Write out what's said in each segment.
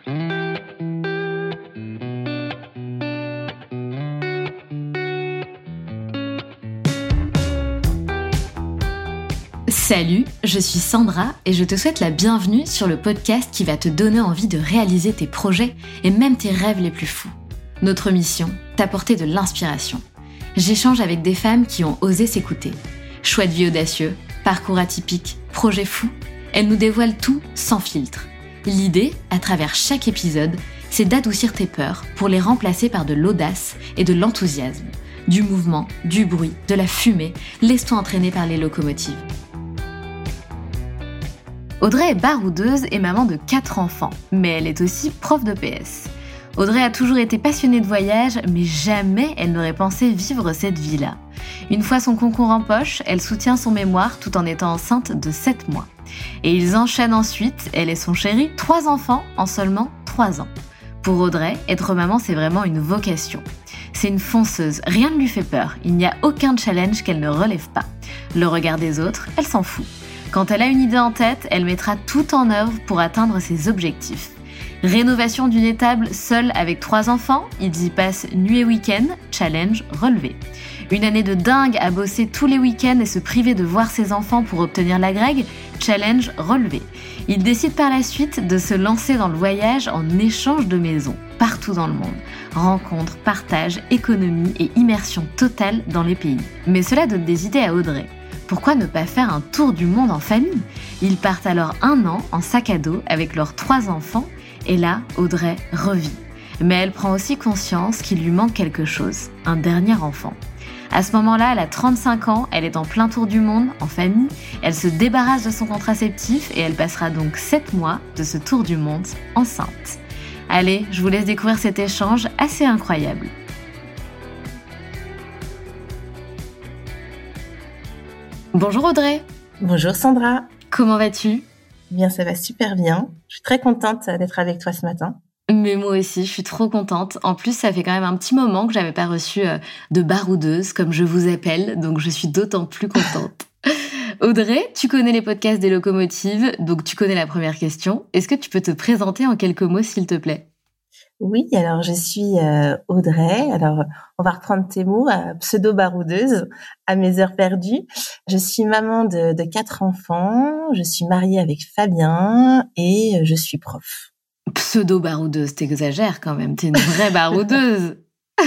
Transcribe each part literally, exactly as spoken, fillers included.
Salut, je suis Sandra et je te souhaite la bienvenue sur le podcast qui va te donner envie de réaliser tes projets et même tes rêves les plus fous. Notre mission, t'apporter de l'inspiration. J'échange avec des femmes qui ont osé s'écouter. Choix de vie audacieux, parcours atypique, projets fous, elles nous dévoilent tout sans filtre. L'idée, à travers chaque épisode, c'est d'adoucir tes peurs pour les remplacer par de l'audace et de l'enthousiasme. Du mouvement, du bruit, de la fumée, laisse-toi entraîner par les locomotives. Audrey est baroudeuse et maman de quatre enfants, mais elle est aussi prof de P S. Audrey a toujours été passionnée de voyage, mais jamais elle n'aurait pensé vivre cette vie-là. Une fois son concours en poche, elle soutient son mémoire tout en étant enceinte de sept mois. Et ils enchaînent ensuite, elle et son chéri, trois enfants en seulement trois ans. Pour Audrey, être maman, c'est vraiment une vocation. C'est une fonceuse, rien ne lui fait peur, il n'y a aucun challenge qu'elle ne relève pas. Le regard des autres, elle s'en fout. Quand elle a une idée en tête, elle mettra tout en œuvre pour atteindre ses objectifs. Rénovation d'une étable seule avec trois enfants, ils y passent nuit et week-end, challenge relevé. Une année de dingue à bosser tous les week-ends et se priver de voir ses enfants pour obtenir la grègue, challenge relevé. Ils décident par la suite de se lancer dans le voyage en échange de maisons, partout dans le monde. Rencontres, partage, économie et immersion totale dans les pays. Mais cela donne des idées à Audrey. Pourquoi ne pas faire un tour du monde en famille ? Ils partent alors un an en sac à dos avec leurs trois enfants et là, Audrey revit. Mais elle prend aussi conscience qu'il lui manque quelque chose, un dernier enfant. À ce moment-là, elle a trente-cinq ans, elle est en plein tour du monde, en famille, elle se débarrasse de son contraceptif et elle passera donc sept mois de ce tour du monde enceinte. Allez, je vous laisse découvrir cet échange assez incroyable. Bonjour Audrey. Bonjour Sandra. Comment vas-tu ? Bien, ça va super bien. Je suis très contente d'être avec toi ce matin. Mais moi aussi, je suis trop contente. En plus, ça fait quand même un petit moment que j'avais pas reçu de baroudeuse, comme je vous appelle, donc je suis d'autant plus contente. Audrey, tu connais les podcasts des locomotives, donc tu connais la première question. Est-ce que tu peux te présenter en quelques mots, s'il te plaît ? Oui, alors je suis euh, Audrey. Alors, on va reprendre tes mots, euh, pseudo-baroudeuse, à mes heures perdues. Je suis maman de, de quatre enfants. Je suis mariée avec Fabien et je suis prof. Pseudo-baroudeuse, t'exagères quand même. T'es une vraie baroudeuse.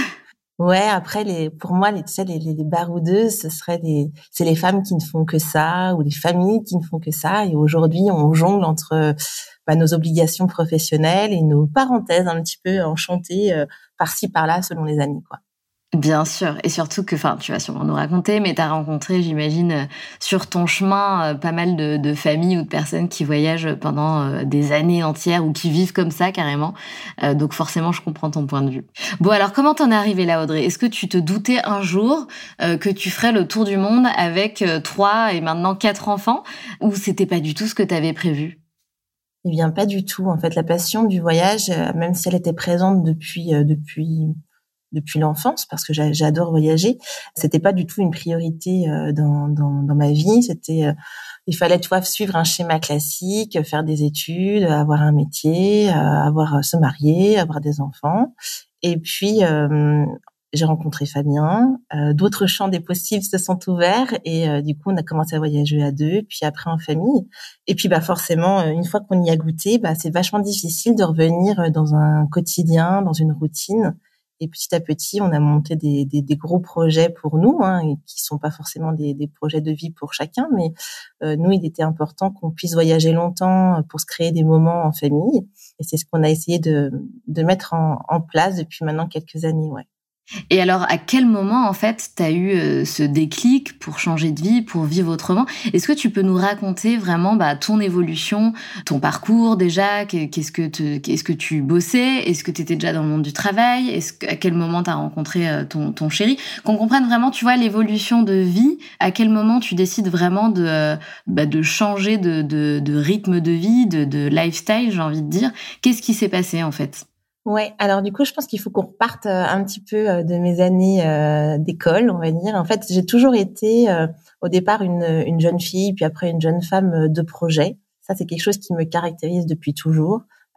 Ouais, après, les, pour moi, les, tu sais, les, les, les baroudeuses, ce serait des, c'est les femmes qui ne font que ça, ou les familles qui ne font que ça. Et aujourd'hui, on jongle entre bah, nos obligations professionnelles et nos parenthèses un petit peu enchantées euh, par-ci, par-là, selon les années, quoi. Bien sûr, et surtout que, enfin, tu vas sûrement nous raconter, mais tu as rencontré, j'imagine, sur ton chemin, pas mal de, de familles ou de personnes qui voyagent pendant des années entières ou qui vivent comme ça, carrément. Euh, donc forcément, je comprends ton point de vue. Bon, alors, comment t'en es arrivée là, Audrey ? Est-ce que tu te doutais un jour euh, que tu ferais le tour du monde avec euh, trois et maintenant quatre enfants, ou c'était pas du tout ce que t'avais prévu ? Eh bien, pas du tout. En fait, la passion du voyage, même si elle était présente depuis, euh, depuis, depuis l'enfance, parce que j'adore voyager, c'était pas du tout une priorité euh, dans, dans, dans ma vie. C'était, euh, il fallait, tu vois, suivre un schéma classique, faire des études, avoir un métier, euh, avoir se marier, avoir des enfants. Et puis, euh, j'ai rencontré Fabien. Euh, d'autres champs des possibles se sont ouverts et euh, du coup, on a commencé à voyager à deux, puis après en famille. Et puis, bah forcément, une fois qu'on y a goûté, bah c'est vachement difficile de revenir dans un quotidien, dans une routine. Et petit à petit, on a monté des, des, des gros projets pour nous, hein, et qui sont pas forcément des, des projets de vie pour chacun, mais euh, nous, il était important qu'on puisse voyager longtemps pour se créer des moments en famille. Et c'est ce qu'on a essayé de, de mettre en, en place depuis maintenant quelques années, ouais. Et alors, à quel moment, en fait, t'as eu euh, ce déclic pour changer de vie, pour vivre autrement ? Est-ce que tu peux nous raconter vraiment bah, ton évolution, ton parcours déjà ? Qu'est-ce que, te, qu'est-ce que tu bossais ? Est-ce que t'étais déjà dans le monde du travail ? Est-ce que, à quel moment t'as rencontré euh, ton, ton chéri ? Qu'on comprenne vraiment, tu vois, l'évolution de vie. À quel moment tu décides vraiment de, euh, bah, de changer de, de, de rythme de vie, de, de lifestyle, j'ai envie de dire. Qu'est-ce qui s'est passé, en fait ? Ouais, alors du coup, je pense qu'il faut qu'on reparte un petit peu de mes années euh, d'école, on va dire. En fait, j'ai toujours été euh, au départ une, une jeune fille, puis après une jeune femme de projet. Ça, c'est quelque chose qui me caractérise depuis toujours.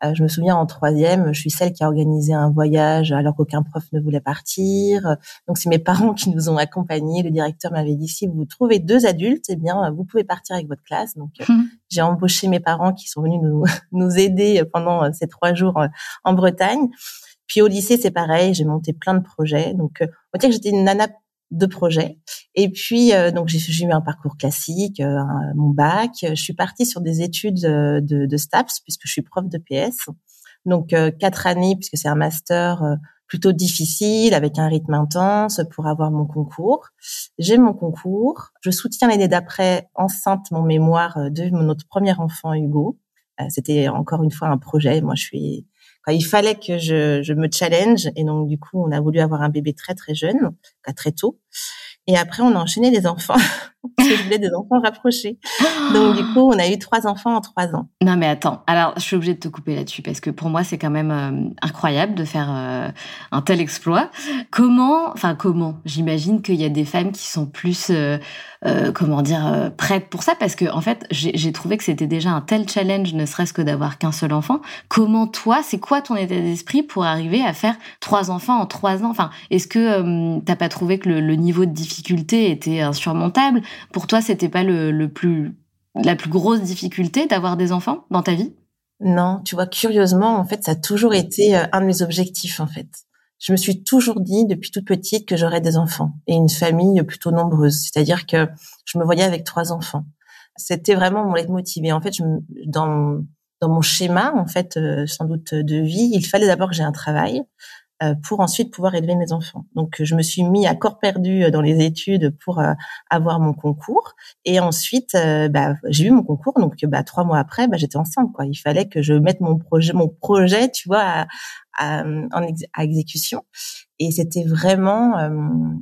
Euh, je me souviens en troisième, je suis celle qui a organisé un voyage alors qu'aucun prof ne voulait partir. Donc c'est mes parents qui nous ont accompagnés. Le directeur m'avait dit si vous trouvez deux adultes, eh bien vous pouvez partir avec votre classe. Donc euh, Mmh. j'ai embauché mes parents qui sont venus nous nous aider pendant ces trois jours en Bretagne. Puis au lycée, c'est pareil, j'ai monté plein de projets. Donc, euh, on va dire que j'étais une nana de projets. Et puis, euh, donc j'ai, j'ai eu un parcours classique, euh, un, mon bac. Je suis partie sur des études euh, de, de STAPS puisque je suis prof de P S. Donc, euh, quatre années puisque c'est un master euh, plutôt difficile avec un rythme intense pour avoir mon concours. J'ai mon concours. Je soutiens l'année d'après enceinte mon mémoire de mon notre premier enfant Hugo. Euh, c'était encore une fois un projet. Moi, je suis Enfin, il fallait que je, je me challenge et donc du coup on a voulu avoir un bébé très très jeune, très tôt. Et après on a enchaîné les enfants parce que je voulais des enfants rapprochés. Donc du coup on a eu trois enfants en trois ans. Non mais attends, alors je suis obligée de te couper là-dessus parce que pour moi c'est quand même euh, incroyable de faire euh, un tel exploit. Comment, enfin comment, j'imagine qu'il y a des femmes qui sont plus, euh, euh, comment dire, euh, prêtes pour ça parce que en fait j'ai, j'ai trouvé que c'était déjà un tel challenge, ne serait-ce que d'avoir qu'un seul enfant. Comment toi, c'est quoi ton état d'esprit pour arriver à faire trois enfants en trois ans? Enfin, est-ce que euh, t'as pas trouvé que le, le niveau de difficulté était insurmontable? Pour toi, c'était pas le, le plus la plus grosse difficulté d'avoir des enfants dans ta vie? Non, tu vois, curieusement, en fait, ça a toujours été euh, un de mes objectifs, en fait. Je me suis toujours dit, depuis toute petite, que j'aurais des enfants et une famille plutôt nombreuse. C'est-à-dire que je me voyais avec trois enfants. C'était vraiment mon leitmotiv. Et en fait, je, dans, dans mon schéma, en fait, euh, sans doute de vie, il fallait d'abord que j'ai un travail euh, pour ensuite pouvoir élever mes enfants. Donc, je me suis mis à corps perdu dans les études pour euh, avoir mon concours. Et ensuite, euh, bah, j'ai eu mon concours. Donc, bah, trois mois après, bah, j'étais enceinte, quoi. Il fallait que je mette mon projet, mon projet, tu vois, à, à, en ex- à exécution. Et c'était vraiment, euh,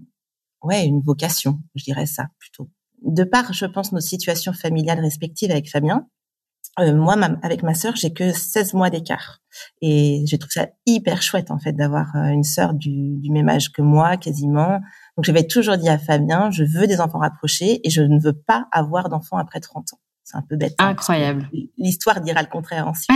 ouais, une vocation, je dirais ça plutôt. De par, je pense, nos situations familiales respectives avec Fabien, euh, moi, ma, avec ma sœur, j'ai que seize mois d'écart. Et je trouve ça hyper chouette, en fait, d'avoir euh, une sœur du, du même âge que moi, quasiment. Donc, j'avais toujours dit à Fabien, je veux des enfants rapprochés et je ne veux pas avoir d'enfants après trente ans. C'est un peu bête, hein, parce que Incroyable. l'histoire dira le contraire ensuite.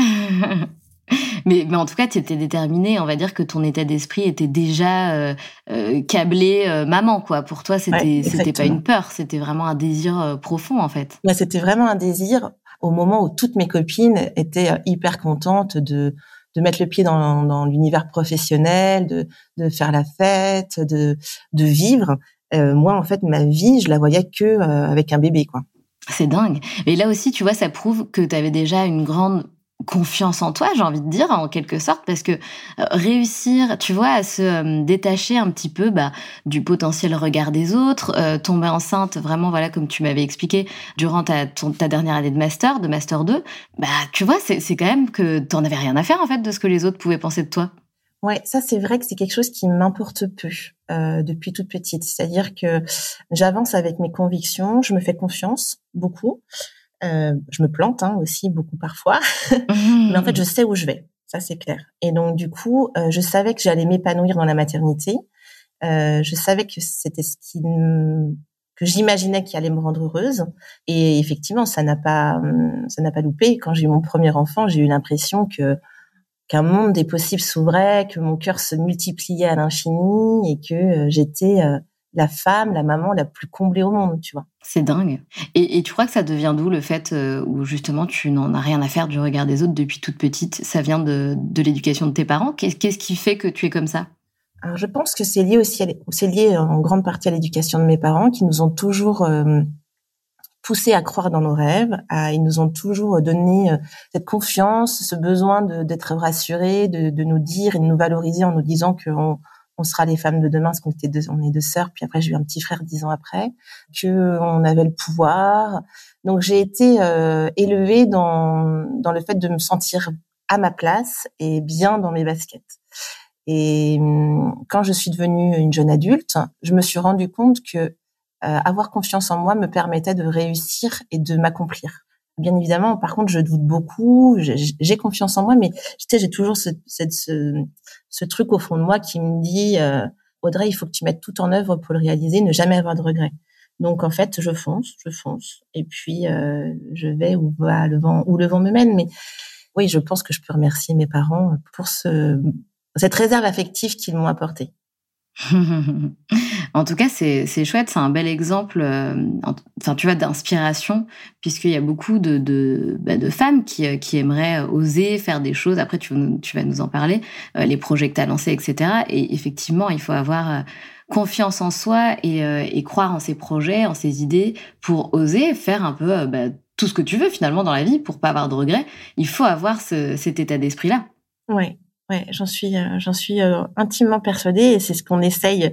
mais, mais en tout cas, tu étais déterminée. On va dire que ton état d'esprit était déjà euh, euh, câblé euh, maman, quoi. Pour toi, c'était, Ouais, c'était pas exactement. une peur, c'était vraiment un désir euh, profond, en fait. Ouais, c'était vraiment un désir au moment où toutes mes copines étaient hyper contentes de de mettre le pied dans, dans l'univers professionnel, de de faire la fête, de de vivre. Euh, moi, en fait, ma vie, je la voyais que euh, avec un bébé, quoi. C'est dingue. Et là aussi, tu vois, ça prouve que tu avais déjà une grande confiance en toi, j'ai envie de dire, en quelque sorte, parce que euh, réussir, tu vois, à se euh, détacher un petit peu bah, du potentiel regard des autres, euh, tomber enceinte, vraiment, voilà, comme tu m'avais expliqué, durant ta, ton, ta dernière année de master, de master deux, bah, tu vois, c'est, c'est quand même que t'en avais rien à faire, en fait, de ce que les autres pouvaient penser de toi. Ouais, ça c'est vrai que c'est quelque chose qui m'importe peu euh, depuis toute petite. C'est-à-dire que j'avance avec mes convictions, je me fais confiance beaucoup. Euh, je me plante hein, aussi beaucoup parfois, mais en fait je sais où je vais. Ça c'est clair. Et donc du coup, euh, je savais que j'allais m'épanouir dans la maternité. Euh, je savais que c'était ce qui m- que j'imaginais qui allait me rendre heureuse. Et effectivement, ça n'a pas ça n'a pas loupé. Quand j'ai eu mon premier enfant, j'ai eu l'impression que qu'un monde des possibles s'ouvrait, que mon cœur se multipliait à l'infini et que euh, j'étais euh, la femme, la maman la plus comblée au monde, tu vois. C'est dingue. Et, et tu crois que ça devient d'où le fait euh, où justement tu n'en as rien à faire du regard des autres depuis toute petite? Ça vient de, de l'éducation de tes parents? Qu'est-ce, qu'est-ce qui fait que tu es comme ça? Alors, je pense que c'est lié aussi, à, l'é- c'est lié en grande partie à l'éducation de mes parents qui nous ont toujours euh, poussés à croire dans nos rêves. À, ils nous ont toujours donné euh, cette confiance, ce besoin de, d'être rassurés, de, de nous dire et de nous valoriser en nous disant qu'on on sera les femmes de demain parce qu'on était deux, on est deux sœurs. Puis après, j'ai eu un petit frère dix ans après, que on avait le pouvoir. Donc, j'ai été euh, élevée dans dans le fait de me sentir à ma place et bien dans mes baskets. Et hum, quand je suis devenue une jeune adulte, je me suis rendu compte que euh, avoir confiance en moi me permettait de réussir et de m'accomplir. Bien évidemment, par contre, je doute beaucoup, j'ai, j'ai confiance en moi, mais tu sais, j'ai toujours ce, cette, ce, ce truc au fond de moi qui me dit euh, Audrey, il faut que tu mettes tout en œuvre pour le réaliser, ne jamais avoir de regrets. Donc en fait, je fonce, je fonce, et puis euh, je vais où va le vent, où le vent me mène. Mais oui, je pense que je peux remercier mes parents pour ce, cette réserve affective qu'ils m'ont apportée. En tout cas, c'est, c'est chouette, c'est un bel exemple, euh, enfin, tu vois, d'inspiration, puisqu'il y a beaucoup de, de, bah, de femmes qui, qui aimeraient oser faire des choses. Après, tu, tu vas nous en parler, euh, les projets que tu as lancés, et cetera. Et effectivement, il faut avoir euh, confiance en soi et, euh, et croire en ses projets, en ses idées, pour oser faire un peu euh, bah, tout ce que tu veux finalement dans la vie, pour pas avoir de regrets. Il faut avoir ce, cet état d'esprit-là. Oui. Ouais, j'en suis, euh, j'en suis euh, intimement persuadée, et c'est ce qu'on essaye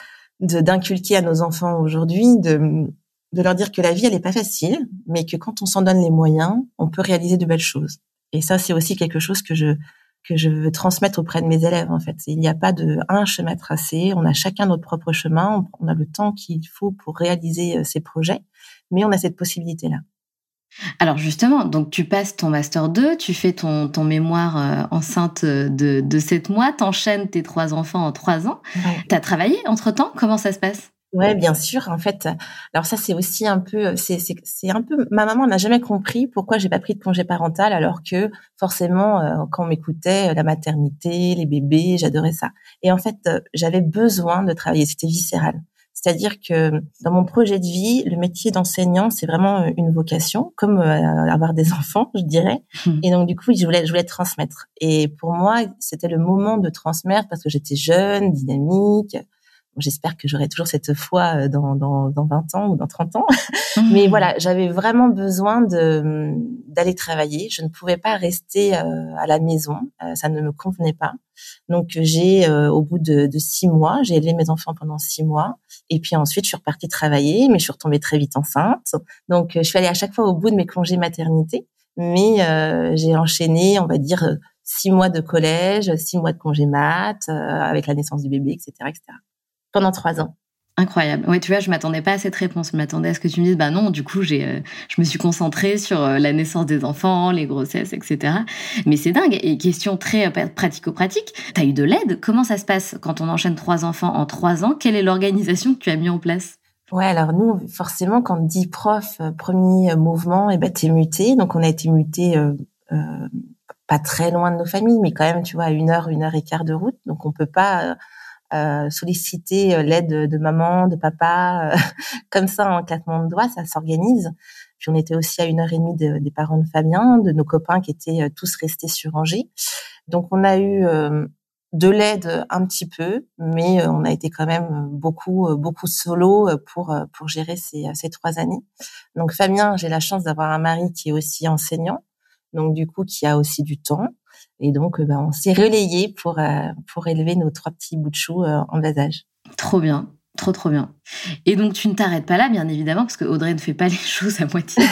de d'inculquer à nos enfants aujourd'hui, de de leur dire que la vie elle est pas facile, mais que quand on s'en donne les moyens, on peut réaliser de belles choses. Et ça, c'est aussi quelque chose que je que je veux transmettre auprès de mes élèves. En fait, il n'y a pas de un chemin tracé. On a chacun notre propre chemin. On a le temps qu'il faut pour réaliser ces projets, mais on a cette possibilité là. Alors justement, donc tu passes ton master deux, tu fais ton, ton mémoire euh, enceinte de, de sept mois, t'enchaînes tes trois enfants en trois ans. Ouais. T'as travaillé entre-temps? Comment ça se passe? Ouais, bien sûr. En fait, alors ça, c'est aussi un peu, c'est, c'est, c'est un peu, ma maman n'a jamais compris pourquoi j'ai pas pris de congé parental, alors que forcément, euh, quand on m'écoutait, la maternité, les bébés, j'adorais ça. Et en fait, euh, j'avais besoin de travailler. C'était viscéral. C'est-à-dire que dans mon projet de vie, le métier d'enseignant, c'est vraiment une vocation, comme euh, avoir des enfants, je dirais. Et donc, du coup, je voulais, je voulais transmettre. Et pour moi, c'était le moment de transmettre parce que j'étais jeune, dynamique. Bon, j'espère que j'aurai toujours cette foi dans, dans, dans vingt ans ou dans trente ans. Mais voilà, j'avais vraiment besoin de, d'aller travailler. Je ne pouvais pas rester euh, à la maison. Euh, ça ne me convenait pas. Donc, j'ai, euh, au bout de, de six mois, j'ai élevé mes enfants pendant six mois. Et puis ensuite, je suis repartie travailler, mais je suis retombée très vite enceinte. Donc, je suis allée à chaque fois au bout de mes congés maternité. Mais euh, j'ai enchaîné, on va dire, six mois de collège, six mois de congé mat, euh, avec la naissance du bébé, et cetera, et cetera. Pendant trois ans. Incroyable. Ouais, tu vois, je m'attendais pas à cette réponse. Je m'attendais à ce que tu me dises, bah non, du coup, j'ai, euh, je me suis concentrée sur euh, la naissance des enfants, les grossesses, et cetera. Mais c'est dingue. Et question très euh, pratico-pratique, t'as eu de l'aide? Comment ça se passe quand on enchaîne trois enfants en trois ans? Quelle est l'organisation que tu as mis en place? Ouais, alors nous, forcément, quand on dit prof, euh, premier mouvement, et ben t'es muté. Donc on a été muté euh, euh, pas très loin de nos familles, mais quand même, tu vois, à une heure, une heure et quart de route. Donc on peut pas euh, Euh, solliciter l'aide de, de maman, de papa, euh, comme ça en claquement de doigts, ça s'organise. Puis on était aussi à une heure et demie de, des parents de Fabien, de nos copains qui étaient euh, tous restés sur Angers. Donc on a eu euh, de l'aide un petit peu, mais euh, on a été quand même beaucoup euh, beaucoup solo pour euh, pour gérer ces ces trois années. Donc Fabien, j'ai la chance d'avoir un mari qui est aussi enseignant, donc du coup qui a aussi du temps. Et donc, ben, on s'est relayés pour, euh, pour élever nos trois petits bouts de chou euh, en bas âge. Trop bien. Trop, trop bien. Et donc, tu ne t'arrêtes pas là, bien évidemment, parce que Audrey ne fait pas les choses à moitié.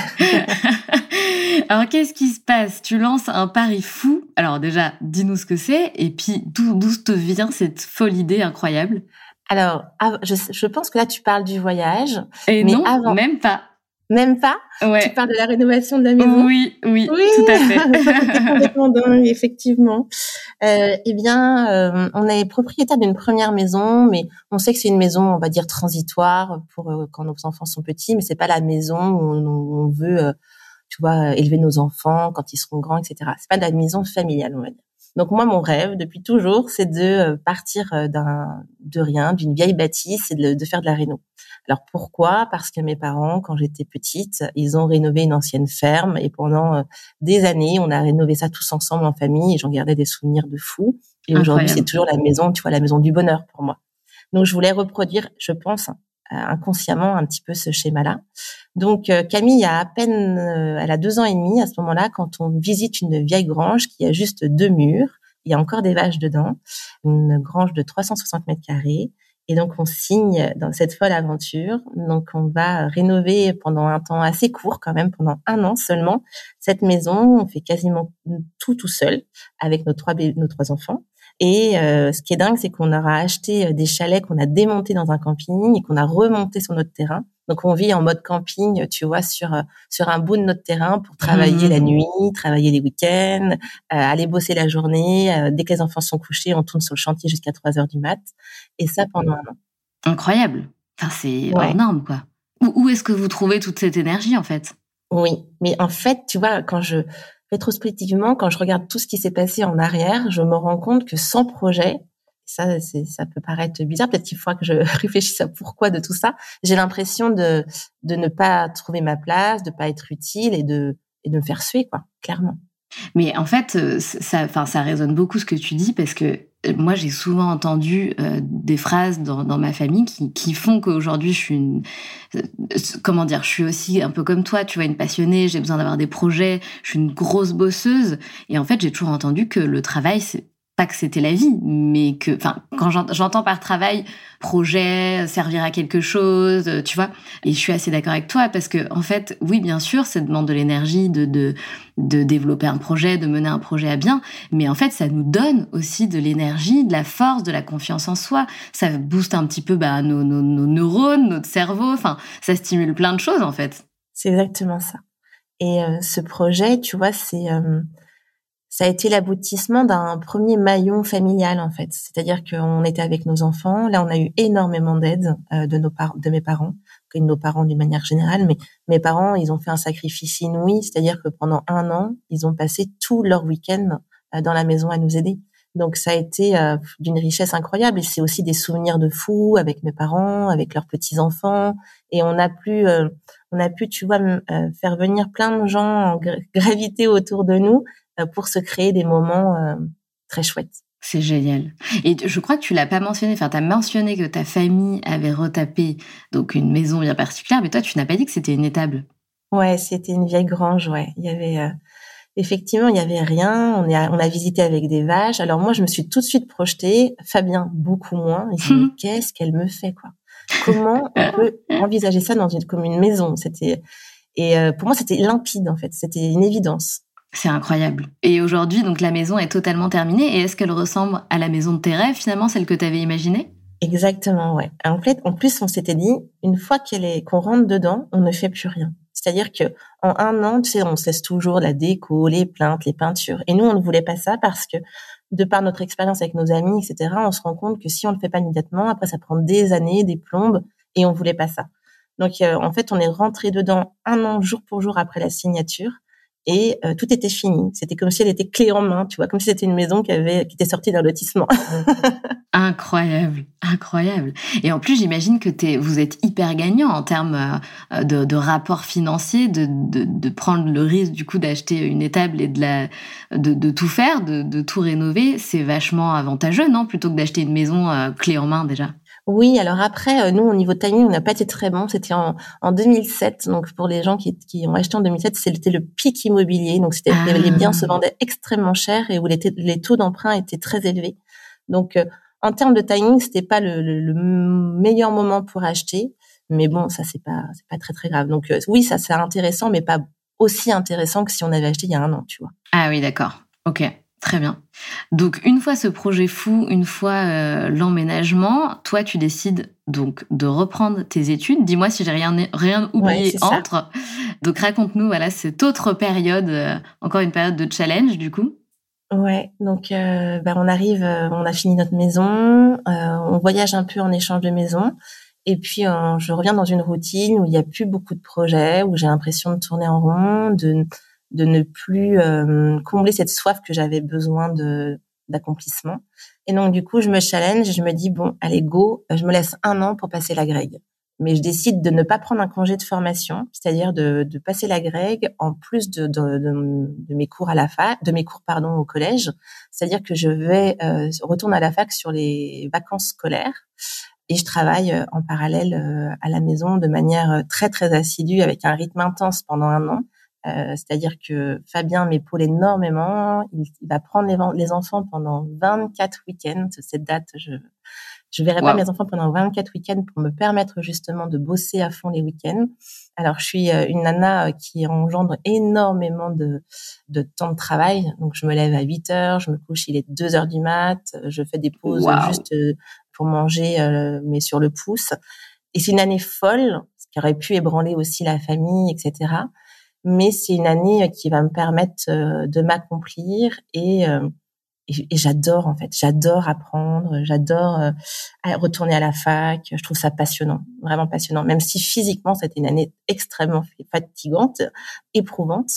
Alors, qu'est-ce qui se passe? Tu lances un pari fou. Alors, déjà, dis-nous ce que c'est. Et puis, d'où, d'où te vient cette folle idée incroyable? Alors, je, je pense que là, tu parles du voyage. Et mais non, avant... même pas. Même pas? Ouais. Tu parles de la rénovation de la maison? Oui, oui, oui, tout à fait. C'est complètement dingue, effectivement. Euh, eh bien, euh, on est propriétaire d'une première maison, mais on sait que c'est une maison, on va dire, transitoire pour euh, quand nos enfants sont petits, mais c'est pas la maison où on, où on veut, euh, tu vois, élever nos enfants quand ils seront grands, et cetera. C'est pas de la maison familiale, on va dire. Donc moi, mon rêve depuis toujours, c'est de partir d'un de rien, d'une vieille bâtisse et de, de faire de la réno. Alors pourquoi? Parce que mes parents, quand j'étais petite, ils ont rénové une ancienne ferme et pendant des années, on a rénové ça tous ensemble en famille et j'en gardais des souvenirs de fou. Et aujourd'hui, c'est toujours la maison, tu vois, la maison du bonheur pour moi. Donc je voulais reproduire, je pense, inconsciemment un petit peu ce schéma-là. Donc euh, Camille a à peine, euh, elle a deux ans et demi à ce moment-là quand on visite une vieille grange qui a juste deux murs. Il y a encore des vaches dedans, une grange de trois cent soixante mètres carrés. Et donc on signe dans cette folle aventure. Donc on va rénover pendant un temps assez court quand même, pendant un an seulement, cette maison. On fait quasiment tout tout seul avec nos trois bé- nos trois enfants. Et euh, ce qui est dingue, c'est qu'on aura acheté des chalets qu'on a démontés dans un camping et qu'on a remontés sur notre terrain. Donc, on vit en mode camping, tu vois, sur sur un bout de notre terrain pour travailler mmh. la nuit, travailler les week-ends, euh, aller bosser la journée. Euh, dès que les enfants sont couchés, on tourne sur le chantier jusqu'à trois heures du mat. Et ça pendant un an. Incroyable. Enfin, c'est ouais. hors norme, quoi. Où, où est-ce que vous trouvez toute cette énergie, en fait? Oui, mais en fait, tu vois, quand je rétrospectivement, quand je regarde tout ce qui s'est passé en arrière, je me rends compte que sans projet, ça, c'est, ça peut paraître bizarre. Peut-être qu'il faudra que je réfléchisse à pourquoi de tout ça. J'ai l'impression de, de ne pas trouver ma place, de pas être utile et de, et de me faire suer, quoi, clairement. Mais en fait, ça, enfin, ça résonne beaucoup ce que tu dis parce que moi, j'ai souvent entendu euh, des phrases dans, dans ma famille qui, qui font qu'aujourd'hui, je suis une, euh, comment dire, je suis aussi un peu comme toi, tu vois, une passionnée. J'ai besoin d'avoir des projets. Je suis une grosse bosseuse. Et en fait, j'ai toujours entendu que le travail, c'est pas que c'était la vie, mais que, enfin, quand j'entends par travail, projet, servir à quelque chose, tu vois. Et je suis assez d'accord avec toi parce que, en fait, oui, bien sûr, ça demande de l'énergie de, de, de développer un projet, de mener un projet à bien. Mais en fait, ça nous donne aussi de l'énergie, de la force, de la confiance en soi. Ça booste un petit peu, bah, nos, nos, nos neurones, notre cerveau. Enfin, ça stimule plein de choses, en fait. C'est exactement ça. Et euh, ce projet, tu vois, c'est, euh, ça a été l'aboutissement d'un premier maillon familial, en fait. C'est-à-dire qu'on était avec nos enfants. Là, on a eu énormément d'aide euh, de nos par- de mes parents, que de nos parents d'une manière générale. Mais mes parents, ils ont fait un sacrifice inouï. C'est-à-dire que pendant un an, ils ont passé tout leur week-end euh, dans la maison à nous aider. Donc, ça a été euh, d'une richesse incroyable. Et c'est aussi des souvenirs de fous avec mes parents, avec leurs petits-enfants. Et on a pu, euh, on a pu, tu vois, euh, faire venir plein de gens gra- graviter autour de nous pour se créer des moments euh, très chouettes. C'est génial. Et je crois que tu l'as pas mentionné, enfin, tu as mentionné que ta famille avait retapé donc une maison bien particulière, mais toi, tu n'as pas dit que c'était une étable. Ouais, c'était une vieille grange, ouais. Il y avait, euh, effectivement, il y avait rien. On, est a, on a visité avec des vaches. Alors moi, je me suis tout de suite projetée. Fabien, beaucoup moins. Il dit, mais qu'est-ce qu'elle me fait, quoi? Comment on peut envisager ça dans une, comme une maison? C'était, et euh, pour moi, c'était limpide, en fait. C'était une évidence. C'est incroyable. Et aujourd'hui, donc la maison est totalement terminée. Et est-ce qu'elle ressemble à la maison de tes rêves, finalement, celle que tu avais imaginée? Exactement, ouais. En fait, en plus, on s'était dit, une fois qu'elle est, qu'on rentre dedans, on ne fait plus rien. C'est-à-dire que en un an, tu sais, on cesse toujours la déco, les plaintes, les peintures. Et nous, on ne voulait pas ça parce que, de par notre expérience avec nos amis, et cetera, on se rend compte que si on le fait pas immédiatement, après, ça prend des années, des plombes, et on voulait pas ça. Donc, euh, en fait, on est rentré dedans un an, jour pour jour après la signature. Et euh, tout était fini. C'était comme si elle était clé en main, tu vois, comme si c'était une maison qui avait, qui était sortie d'un lotissement. Incroyable, incroyable. Et en plus, j'imagine que t'es, vous êtes hyper gagnant en termes de, de rapport financier, de, de, de prendre le risque du coup d'acheter une étable et de la, de, de tout faire, de, de tout rénover. C'est vachement avantageux, non, plutôt que d'acheter une maison euh, clé en main déjà. Oui, alors après, nous, au niveau timing, on n'a pas été très bon. C'était en, en deux mille sept. Donc, pour les gens qui, qui ont acheté en deux mille sept, c'était le pic immobilier. Donc, c'était, ah. les biens se vendaient extrêmement cher et où les, les taux d'emprunt étaient très élevés. Donc, euh, en termes de timing, c'était pas le, le, le meilleur moment pour acheter. Mais bon, ça, c'est pas, c'est pas très, très grave. Donc, euh, oui, ça, c'est intéressant, mais pas aussi intéressant que si on avait acheté il y a un an, tu vois. Ah oui, d'accord. Ok. Très bien. Donc, une fois ce projet fou, une fois euh, l'emménagement, toi, tu décides donc de reprendre tes études. Dis-moi si j'ai rien, rien oublié ouais, entre. Ça. Donc, raconte-nous, voilà, cette autre période, euh, encore une période de challenge, du coup. Ouais, donc euh, bah, on arrive, euh, on a fini notre maison, euh, on voyage un peu en échange de maison. Et puis, euh, je reviens dans une routine où il n'y a plus beaucoup de projets, où j'ai l'impression de tourner en rond, de... de ne plus euh, combler cette soif que j'avais besoin de d'accomplissement. Et donc, du coup, je me challenge et je me dis, bon, allez, go, je me laisse un an pour passer la grègue. Mais je décide de ne pas prendre un congé de formation, c'est-à-dire de, de passer la grègue en plus de, de, de, de mes cours à la fac, de mes cours, pardon, au collège. C'est-à-dire que je vais euh, retourner à la fac sur les vacances scolaires. Et je travaille en parallèle euh, à la maison de manière très, très assidue avec un rythme intense pendant un an. Euh, c'est-à-dire que Fabien m'épaule énormément. Il, il va prendre les, les enfants pendant vingt-quatre week-ends. Cette date, je je verrai wow. pas mes enfants pendant vingt-quatre week-ends pour me permettre justement de bosser à fond les week-ends. Alors, je suis une nana qui engendre énormément de, de temps de travail. Donc, je me lève à huit heures, je me couche, il est deux heures du mat. Je fais des pauses wow. juste pour manger, euh, mais sur le pouce. Et c'est une année folle, ce qui aurait pu ébranler aussi la famille, et cetera. Mais c'est une année qui va me permettre de m'accomplir et, et, et j'adore en fait, j'adore apprendre, j'adore retourner à la fac, je trouve ça passionnant, vraiment passionnant, même si physiquement c'était une année extrêmement fatigante, éprouvante,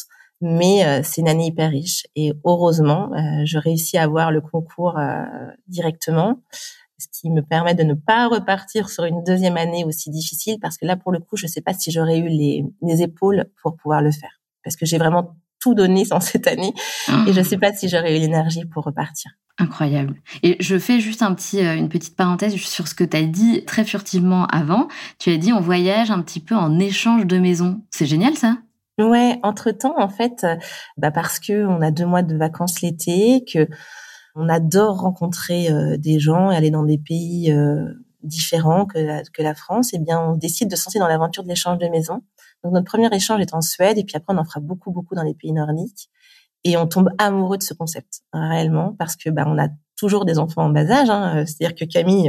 mais euh, c'est une année hyper riche. Et heureusement, euh, je réussis à avoir le concours euh, directement, ce qui me permet de ne pas repartir sur une deuxième année aussi difficile, parce que là, pour le coup, je sais pas si j'aurais eu les, les épaules pour pouvoir le faire, parce que j'ai vraiment tout donné dans cette année, et je sais pas si j'aurais eu l'énergie pour repartir. Incroyable. Et je fais juste un petit, euh, une petite parenthèse sur ce que tu as dit très furtivement avant. Tu as dit on voyage un petit peu en échange de maison. C'est génial ça? Ouais, entre-temps, en fait, euh, bah parce que on a deux mois de vacances l'été, que on adore rencontrer euh, des gens et aller dans des pays euh, différents que la, que la France, eh bien, on décide de se lancer dans l'aventure de l'échange de maison. Donc, notre premier échange est en Suède, et puis après, on en fera beaucoup, beaucoup dans les pays nordiques. Et on tombe amoureux de ce concept, hein, réellement, parce que bah, on a toujours des enfants en bas âge. Hein, c'est-à-dire que Camille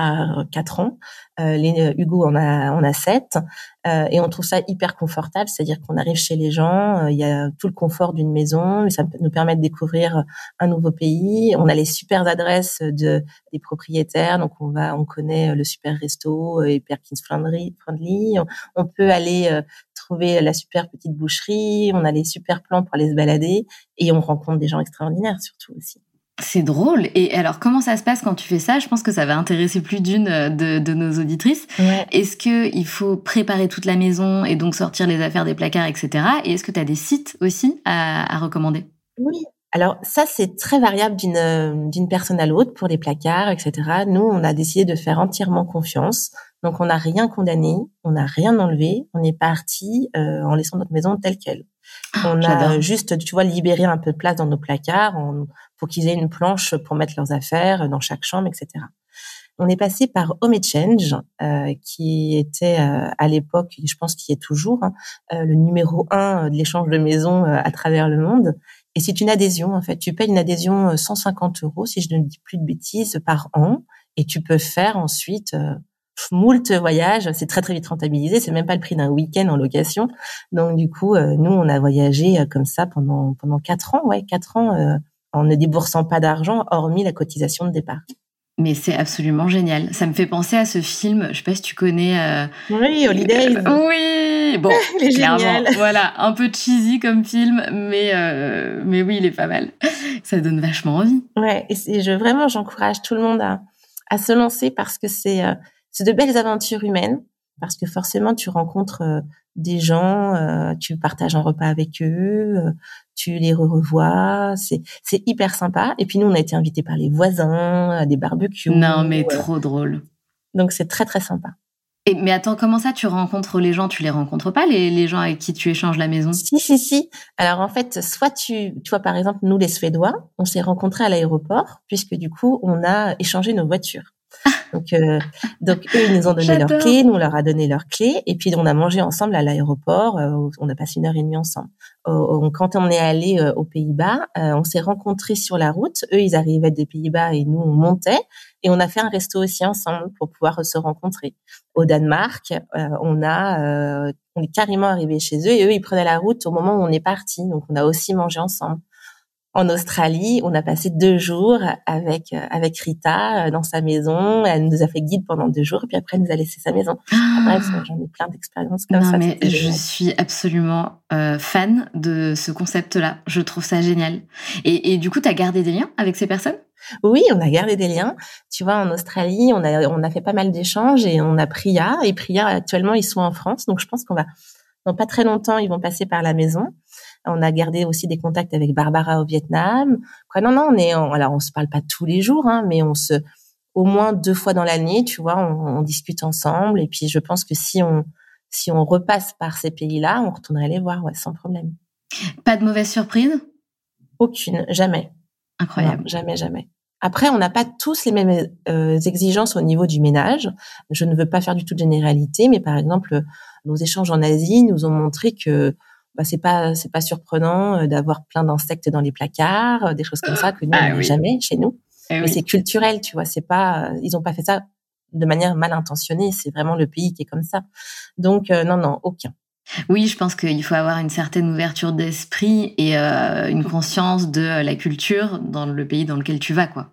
a quatre ans, euh, les, Hugo en a, en a sept, euh, et on trouve ça hyper confortable. C'est-à-dire qu'on arrive chez les gens, il euh, y a tout le confort d'une maison, ça nous permet de découvrir un nouveau pays. On a les super adresses de des propriétaires, donc on va, on connaît le super resto et Perkins Friendly. friendly. On, on peut aller euh, trouver la super petite boucherie. On a les super plans pour aller se balader, et on rencontre des gens extraordinaires surtout aussi. C'est drôle. Et alors, comment ça se passe quand tu fais ça? Je pense que ça va intéresser plus d'une de, de nos auditrices. Ouais. Est-ce qu'il faut préparer toute la maison et donc sortir les affaires des placards, et cetera. Et est-ce que tu as des sites aussi à, à recommander? Oui. Alors ça, c'est très variable d'une d'une personne à l'autre pour les placards, et cetera. Nous, on a décidé de faire entièrement confiance. Donc, on n'a rien condamné, on n'a rien enlevé. On est parti euh, en laissant notre maison telle qu'elle. Ah, on j'adore. a juste, tu vois, libéré un peu de place dans nos placards on, pour qu'ils aient une planche pour mettre leurs affaires dans chaque chambre, et cetera. On est passé par Home Exchange, euh, qui était euh, à l'époque, je pense qu'il y est toujours, hein, euh, le numéro un de l'échange de maisons euh, à travers le monde. Et c'est une adhésion, en fait. Tu payes une adhésion cent cinquante euros, si je ne dis plus de bêtises, par an, et tu peux faire ensuite euh, moult voyages. C'est très très vite rentabilisé. C'est même pas le prix d'un week-end en location. Donc du coup, euh, nous, on a voyagé euh, comme ça pendant pendant quatre ans, ouais, quatre ans, euh, en ne déboursant pas d'argent, hormis la cotisation de départ. Mais c'est absolument génial. Ça me fait penser à ce film, je sais pas si tu connais... Euh... Oui, Holidays. Euh, oui, bon, il est clairement, génial. Voilà, un peu cheesy comme film, mais, euh, mais oui, il est pas mal. Ça donne vachement envie. Ouais, et c'est, je, vraiment, j'encourage tout le monde à, à se lancer, parce que c'est, euh, c'est de belles aventures humaines, parce que forcément, tu rencontres euh, des gens, euh, tu partages un repas avec eux, euh, tu les revois, c'est, c'est hyper sympa. Et puis nous, on a été invités par les voisins à des barbecues. Non, mais euh, trop drôle. Donc c'est très très sympa. Et, mais attends, comment ça, tu rencontres les gens? Tu les rencontres pas, les, les gens avec qui tu échanges la maison? Si, si, si. Alors en fait, soit tu, tu vois, par exemple, nous les Suédois, on s'est rencontrés à l'aéroport, puisque du coup, on a échangé nos voitures. Donc, euh, donc eux, ils nous ont donné J'adore. leurs clés, nous on leur a donné leurs clés, et puis on a mangé ensemble à l'aéroport. Euh, on a passé une heure et demie ensemble. Euh, quand on est allé euh, aux Pays-Bas, euh, on s'est rencontrés sur la route. Eux, ils arrivaient des Pays-Bas et nous on montait, et on a fait un resto aussi ensemble pour pouvoir se rencontrer. Au Danemark, euh, on a, euh, on est carrément arrivé chez eux, et eux, ils prenaient la route au moment où on est parti. Donc, on a aussi mangé ensemble. En Australie, on a passé deux jours avec avec Rita dans sa maison. Elle nous a fait guide pendant deux jours, et puis après, elle nous a laissé sa maison. Ah. Bref, j'en ai plein d'expériences comme non, ça. Non, mais je suis absolument euh, fan de ce concept-là. Je trouve ça génial. Et, et du coup, tu as gardé des liens avec ces personnes? Oui, on a gardé des liens. Tu vois, en Australie, on a on a fait pas mal d'échanges, et on a Priya. Et Priya, actuellement, ils sont en France. Donc, je pense qu'on va, dans pas très longtemps, ils vont passer par la maison. On a gardé aussi des contacts avec Barbara au Vietnam. Quoi, non, non, on est, on, alors on se parle pas tous les jours, hein, mais on se, au moins deux fois dans l'année, tu vois, on, on discute ensemble. Et puis, je pense que si on, si on repasse par ces pays-là, on retournerait les voir, ouais, sans problème. Pas de mauvaise surprise? Aucune, jamais. Incroyable. Non, jamais, jamais. Après, on n'a pas tous les mêmes euh, exigences au niveau du ménage. Je ne veux pas faire du tout de généralité, mais par exemple, nos échanges en Asie nous ont montré que bah, c'est pas c'est pas surprenant d'avoir plein d'insectes dans les placards, des choses comme ça que nous ah, on n'a oui. jamais chez nous. Eh mais oui. c'est culturel, tu vois. C'est pas, ils ont pas fait ça de manière mal intentionnée. C'est vraiment le pays qui est comme ça. Donc euh, non, non, aucun. Oui, je pense qu'il faut avoir une certaine ouverture d'esprit et euh, une conscience de la culture dans le pays dans lequel tu vas, quoi.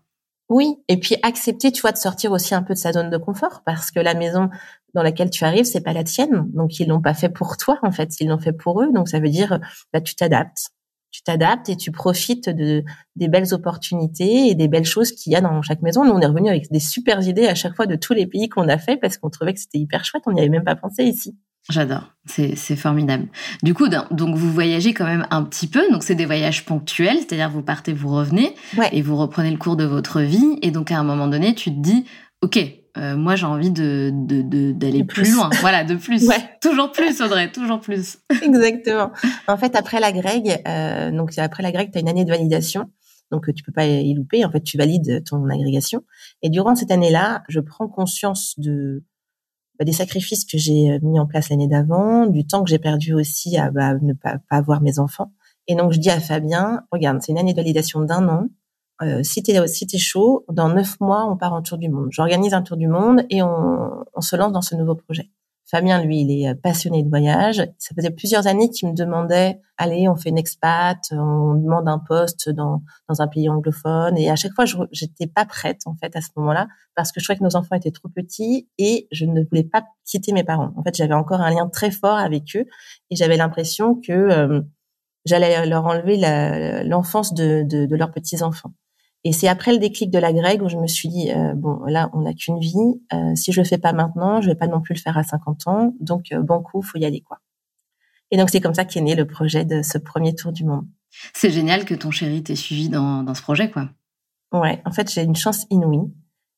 Oui, et puis accepter, tu vois, de sortir aussi un peu de sa zone de confort, parce que la maison dans laquelle tu arrives, c'est pas la tienne. Donc, ils l'ont pas fait pour toi, en fait. Ils l'ont fait pour eux. Donc, ça veut dire, bah, tu t'adaptes. Tu t'adaptes et tu profites de, des belles opportunités et des belles choses qu'il y a dans chaque maison. Nous, on est revenu avec des super idées à chaque fois de tous les pays qu'on a fait parce qu'on trouvait que c'était hyper chouette. On n'y avait même pas pensé ici. J'adore, c'est, c'est formidable. Du coup, donc vous voyagez quand même un petit peu, donc c'est des voyages ponctuels, c'est-à-dire vous partez, vous revenez, Ouais. Et vous reprenez le cours de votre vie, et donc à un moment donné, tu te dis, ok, euh, moi j'ai envie de, de, de d'aller plus. plus loin, voilà, de plus, ouais. toujours plus, Audrey, toujours plus. Exactement. En fait, après la Greg, euh, donc après la Greg, tu as une année de validation, donc tu peux pas y louper. En fait, tu valides ton agrégation, et durant cette année-là, je prends conscience de des sacrifices que j'ai mis en place l'année d'avant, du temps que j'ai perdu aussi à bah, ne pas, pas avoir mes enfants. Et donc, je dis à Fabien, regarde, c'est une année de validation d'un an. Euh, si t'es, si t'es chaud, dans neuf mois, on part en tour du monde. J'organise un tour du monde et on, on se lance dans ce nouveau projet. Fabien, lui, il est passionné de voyage. Ça faisait plusieurs années qu'il me demandait, allez, on fait une expat, on demande un poste dans, dans un pays anglophone. Et à chaque fois, je, j'étais pas prête, en fait, à ce moment-là, parce que je trouvais que nos enfants étaient trop petits et je ne voulais pas quitter mes parents. En fait, j'avais encore un lien très fort avec eux et j'avais l'impression que euh, j'allais leur enlever la, l'enfance de, de, de leurs petits-enfants. Et c'est après le déclic de la Greg où je me suis dit, euh, bon, là, on n'a qu'une vie. Euh, si je le fais pas maintenant, je vais pas non plus le faire à cinquante ans. Donc, euh, bon coup, faut y aller, quoi. Et donc, c'est comme ça qu'est né le projet de ce premier tour du monde. C'est génial que ton chéri t'ait suivi dans, dans ce projet, quoi. Ouais, en fait, j'ai une chance inouïe.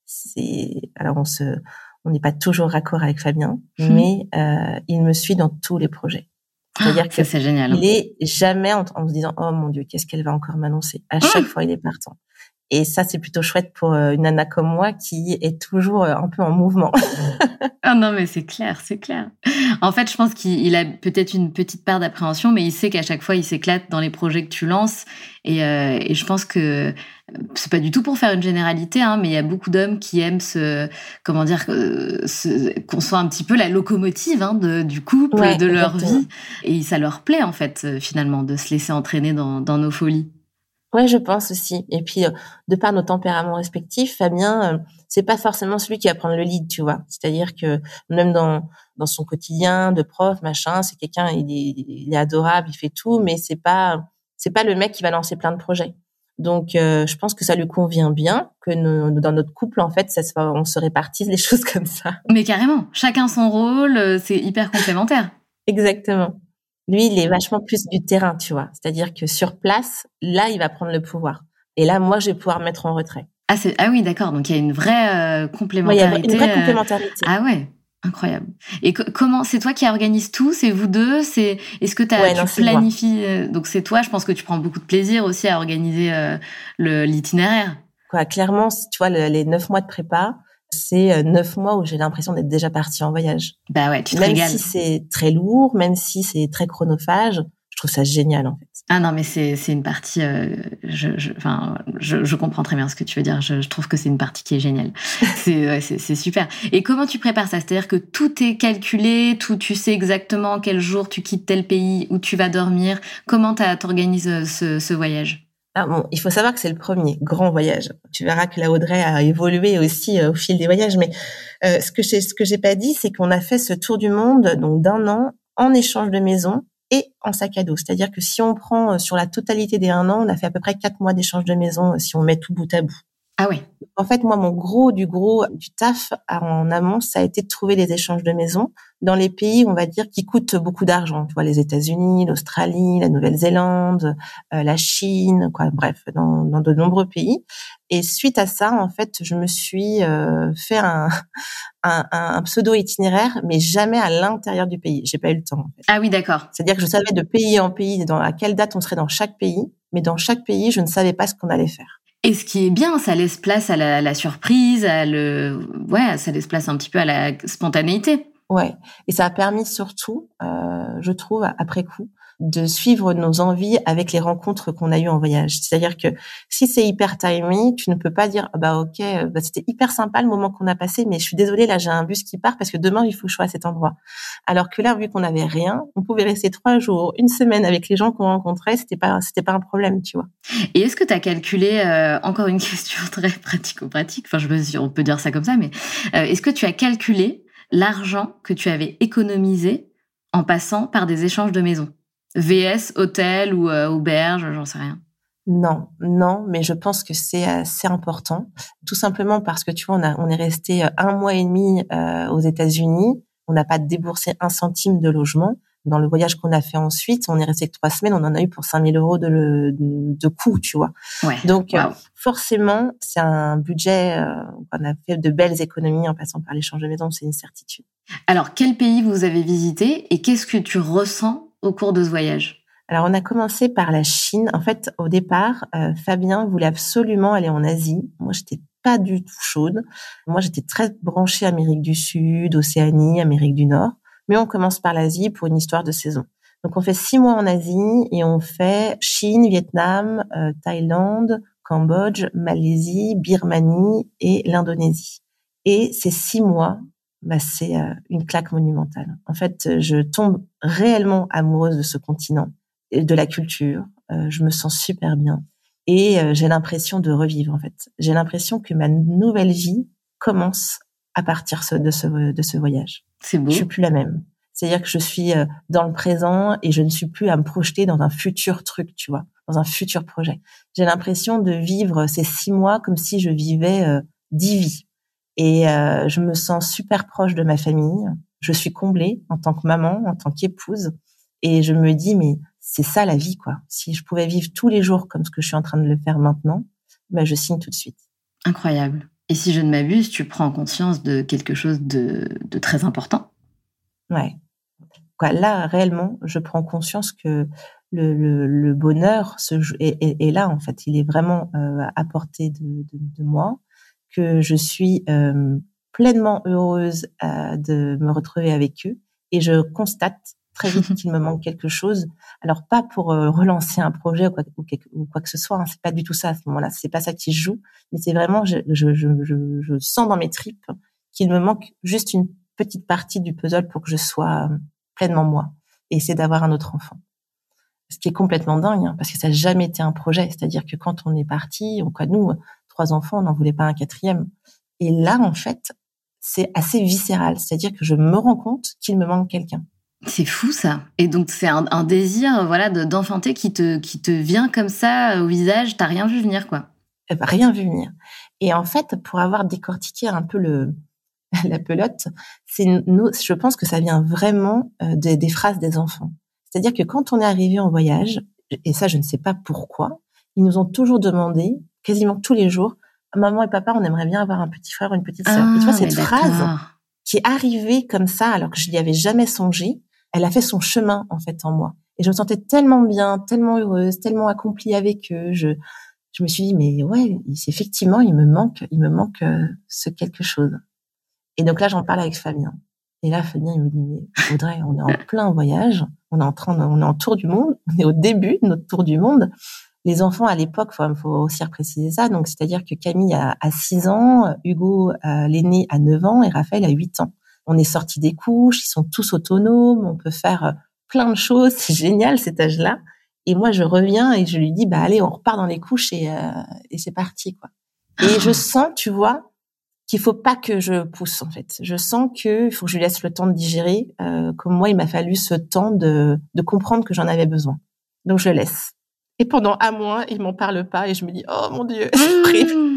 C'est, alors, on se, on n'est pas toujours raccord avec Fabien, mmh. mais euh, il me suit dans tous les projets. C'est-à-dire ah, que c'est génial. Il est jamais en, en se disant, oh mon Dieu, qu'est-ce qu'elle va encore m'annoncer. À chaque mmh. fois, il est partant. Et ça, c'est plutôt chouette pour une nana comme moi qui est toujours un peu en mouvement. Ah non, mais c'est clair, c'est clair. En fait, je pense qu'il a peut-être une petite part d'appréhension, mais il sait qu'à chaque fois, il s'éclate dans les projets que tu lances. Et, euh, et je pense que c'est pas du tout pour faire une généralité, hein, mais il y a beaucoup d'hommes qui aiment se, comment dire, se, qu'on soit un petit peu la locomotive hein, de, du couple, ouais, de leur exactement. Vie. Et ça leur plaît, en fait, finalement, de se laisser entraîner dans, dans nos folies. Ouais, je pense aussi. Et puis, euh, de par nos tempéraments respectifs, Fabien, euh, c'est pas forcément celui qui va prendre le lead, tu vois. C'est-à-dire que même dans dans son quotidien de prof, machin, c'est quelqu'un, il est, il est adorable, il fait tout, mais c'est pas c'est pas le mec qui va lancer plein de projets. Donc, euh, je pense que ça lui convient bien que nous, dans notre couple, en fait, ça se, on se répartisse les choses comme ça. Mais carrément, chacun son rôle, c'est hyper complémentaire. Exactement. Lui, il est vachement plus du terrain, tu vois. C'est-à-dire que sur place, là, il va prendre le pouvoir. Et là, moi, je vais pouvoir me mettre en retrait. Ah, c'est... ah oui, d'accord. Donc, il y a une vraie euh, complémentarité. Ouais, il y a une vraie complémentarité. Euh... Ah ouais, incroyable. Et co- comment, c'est toi qui organise tout? C'est vous deux? C'est... Est-ce que t'as, ouais, tu non, planifies euh... Donc, c'est toi. Je pense que tu prends beaucoup de plaisir aussi à organiser euh, le, l'itinéraire. Quoi, clairement, tu vois, le, les neuf mois de prépa, c'est neuf mois où j'ai l'impression d'être déjà partie en voyage. Bah ouais, tu te même régales. Même si c'est très lourd, même si c'est très chronophage, je trouve ça génial, en fait. Ah non, mais c'est, c'est une partie, euh, je, je, enfin, je, je comprends très bien ce que tu veux dire. Je, je trouve que c'est une partie qui est géniale. c'est, ouais, c'est, c'est super. Et comment tu prépares ça? C'est-à-dire que tout est calculé, tout, tu sais exactement quel jour tu quittes tel pays, où tu vas dormir. Comment t'organises ce, ce voyage? Ah bon, il faut savoir que c'est le premier grand voyage. Tu verras que la Audrey a évolué aussi euh, au fil des voyages. Mais euh, ce que j'ai, ce que j'ai pas dit, c'est qu'on a fait ce tour du monde donc d'un an en échange de maison et en sac à dos. C'est-à-dire que si on prend euh, sur la totalité des un an, on a fait à peu près quatre mois d'échange de maison euh, si on met tout bout à bout. Ah oui. En fait, moi, mon gros du gros du taf en amont, ça a été de trouver les échanges de maison dans les pays, on va dire, qui coûtent beaucoup d'argent. Tu vois, les États-Unis, l'Australie, la Nouvelle-Zélande, euh, la Chine, quoi. Bref, dans, dans de nombreux pays. Et suite à ça, en fait, je me suis euh, fait un, un, un pseudo itinéraire, mais jamais à l'intérieur du pays. J'ai pas eu le temps. En fait. Ah oui, d'accord. C'est-à-dire que je savais de pays en pays, dans à quelle date on serait dans chaque pays, mais dans chaque pays, je ne savais pas ce qu'on allait faire. Et ce qui est bien, ça laisse place à la, la surprise, à le, ouais, ça laisse place un petit peu à la spontanéité. Ouais. Et ça a permis surtout, euh, je trouve, après coup, de suivre nos envies avec les rencontres qu'on a eues en voyage. C'est-à-dire que si c'est hyper timé, tu ne peux pas dire, ah bah ok, bah c'était hyper sympa le moment qu'on a passé, mais je suis désolée, là j'ai un bus qui part parce que demain il faut que je sois à cet endroit. Alors que là, vu qu'on n'avait rien, on pouvait rester trois jours, une semaine avec les gens qu'on rencontrait, c'était pas, c'était pas un problème, tu vois. Et est-ce que tu as calculé, euh, encore une question très pratico-pratique, enfin je me suis, on peut dire ça comme ça, mais euh, est-ce que tu as calculé l'argent que tu avais économisé en passant par des échanges de maisons? V S, hôtel ou euh, auberge, j'en sais rien. Non, non, mais je pense que c'est assez important, tout simplement parce que tu vois, on a, on est resté un mois et demi euh, aux États-Unis, on n'a pas déboursé un centime de logement. Dans le voyage qu'on a fait ensuite, on est resté que trois semaines, on en a eu pour cinq mille euros de, de, de coût, tu vois. Ouais. Donc, Wow. euh, forcément, c'est un budget, euh, on a fait de belles économies en passant par l'échange de maison, c'est une certitude. Alors, quel pays vous avez visité et qu'est-ce que tu ressens au cours de ce voyage? Alors, on a commencé par la Chine. En fait, au départ, euh, Fabien voulait absolument aller en Asie. Moi, j'étais pas du tout chaude. Moi, j'étais très branchée Amérique du Sud, Océanie, Amérique du Nord. Mais on commence par l'Asie pour une histoire de saison. Donc, on fait six mois en Asie et on fait Chine, Vietnam, euh, Thaïlande, Cambodge, Malaisie, Birmanie et l'Indonésie. Et ces six mois, bah, c'est euh, une claque monumentale. En fait, je tombe réellement amoureuse de ce continent, de la culture. Euh, je me sens super bien. Et euh, j'ai l'impression de revivre, en fait. J'ai l'impression que ma nouvelle vie commence à partir de ce, de ce voyage. C'est beau. Je suis plus la même. C'est-à-dire que je suis dans le présent et je ne suis plus à me projeter dans un futur truc, tu vois, dans un futur projet. J'ai l'impression de vivre ces six mois comme si je vivais euh, dix vies. Et euh, je me sens super proche de ma famille. Je suis comblée en tant que maman, en tant qu'épouse. Et je me dis, mais c'est ça la vie, quoi. Si je pouvais vivre tous les jours comme ce que je suis en train de le faire maintenant, ben je signe tout de suite. Incroyable. Et si je ne m'abuse, tu prends conscience de quelque chose de, de très important. Ouais. Quoi, là, réellement, je prends conscience que le, le, le bonheur se, est, est, est là, en fait. Il est vraiment euh, à portée de, de, de moi, que je suis euh, pleinement heureuse euh, de me retrouver avec eux. Et je constate très vite qu'il me manque quelque chose. Alors, pas pour euh, relancer un projet ou quoi, ou, quelque, ou quoi que ce soit, hein, c'est pas du tout ça à ce moment-là. C'est pas ça qui se joue. Mais c'est vraiment, je, je, je, je, je sens dans mes tripes qu'il me manque juste une petite partie du puzzle pour que je sois... Euh, pleinement moi, et c'est d'avoir un autre enfant. Ce qui est complètement dingue, hein, parce que ça n'a jamais été un projet. C'est-à-dire que quand on est parti, on, quoi, nous, trois enfants, on n'en voulait pas un quatrième. Et là, en fait, c'est assez viscéral. C'est-à-dire que je me rends compte qu'il me manque quelqu'un. C'est fou, ça. Et donc, c'est un, un désir, voilà, de, d'enfanter qui te, qui te vient comme ça au visage. T'as rien vu venir, quoi. Eh ben, rien vu venir. Et en fait, pour avoir décortiqué un peu le, la pelote, c'est nous, je pense que ça vient vraiment euh, des, des phrases des enfants. C'est-à-dire que quand on est arrivé en voyage, et ça je ne sais pas pourquoi, ils nous ont toujours demandé, quasiment tous les jours, maman et papa, on aimerait bien avoir un petit frère ou une petite sœur. Ah, et tu vois, cette phrase d'accord. qui est arrivée comme ça, alors que je n'y avais jamais songé, elle a fait son chemin en fait en moi. Et je me sentais tellement bien, tellement heureuse, tellement accomplie avec eux. Je, je me suis dit, mais ouais, effectivement, il me manque, il me manque euh, ce quelque chose. Et donc là, j'en parle avec Fabien. Et là, Fabien, il me dit, mais Audrey, on est en plein voyage, on est en train de, on est en tour du monde, on est au début de notre tour du monde. Les enfants, à l'époque, faut, faut aussi repréciser ça. Donc, c'est-à-dire que Camille a, a six ans, Hugo, euh, l'aîné, a neuf ans et Raphaël a huit ans. On est sortis des couches, ils sont tous autonomes, on peut faire plein de choses, c'est génial cet âge-là. Et moi, je reviens et je lui dis, bah allez, on repart dans les couches et, euh, et c'est parti, quoi. Et je sens, tu vois, qu'il faut pas que je pousse, en fait. Je sens que il faut que je lui laisse le temps de digérer. Euh, comme moi, il m'a fallu ce temps de, de comprendre que j'en avais besoin. Donc, je le laisse. Et pendant un mois, il m'en parle pas et je me dis, oh mon Dieu, c'est horrible.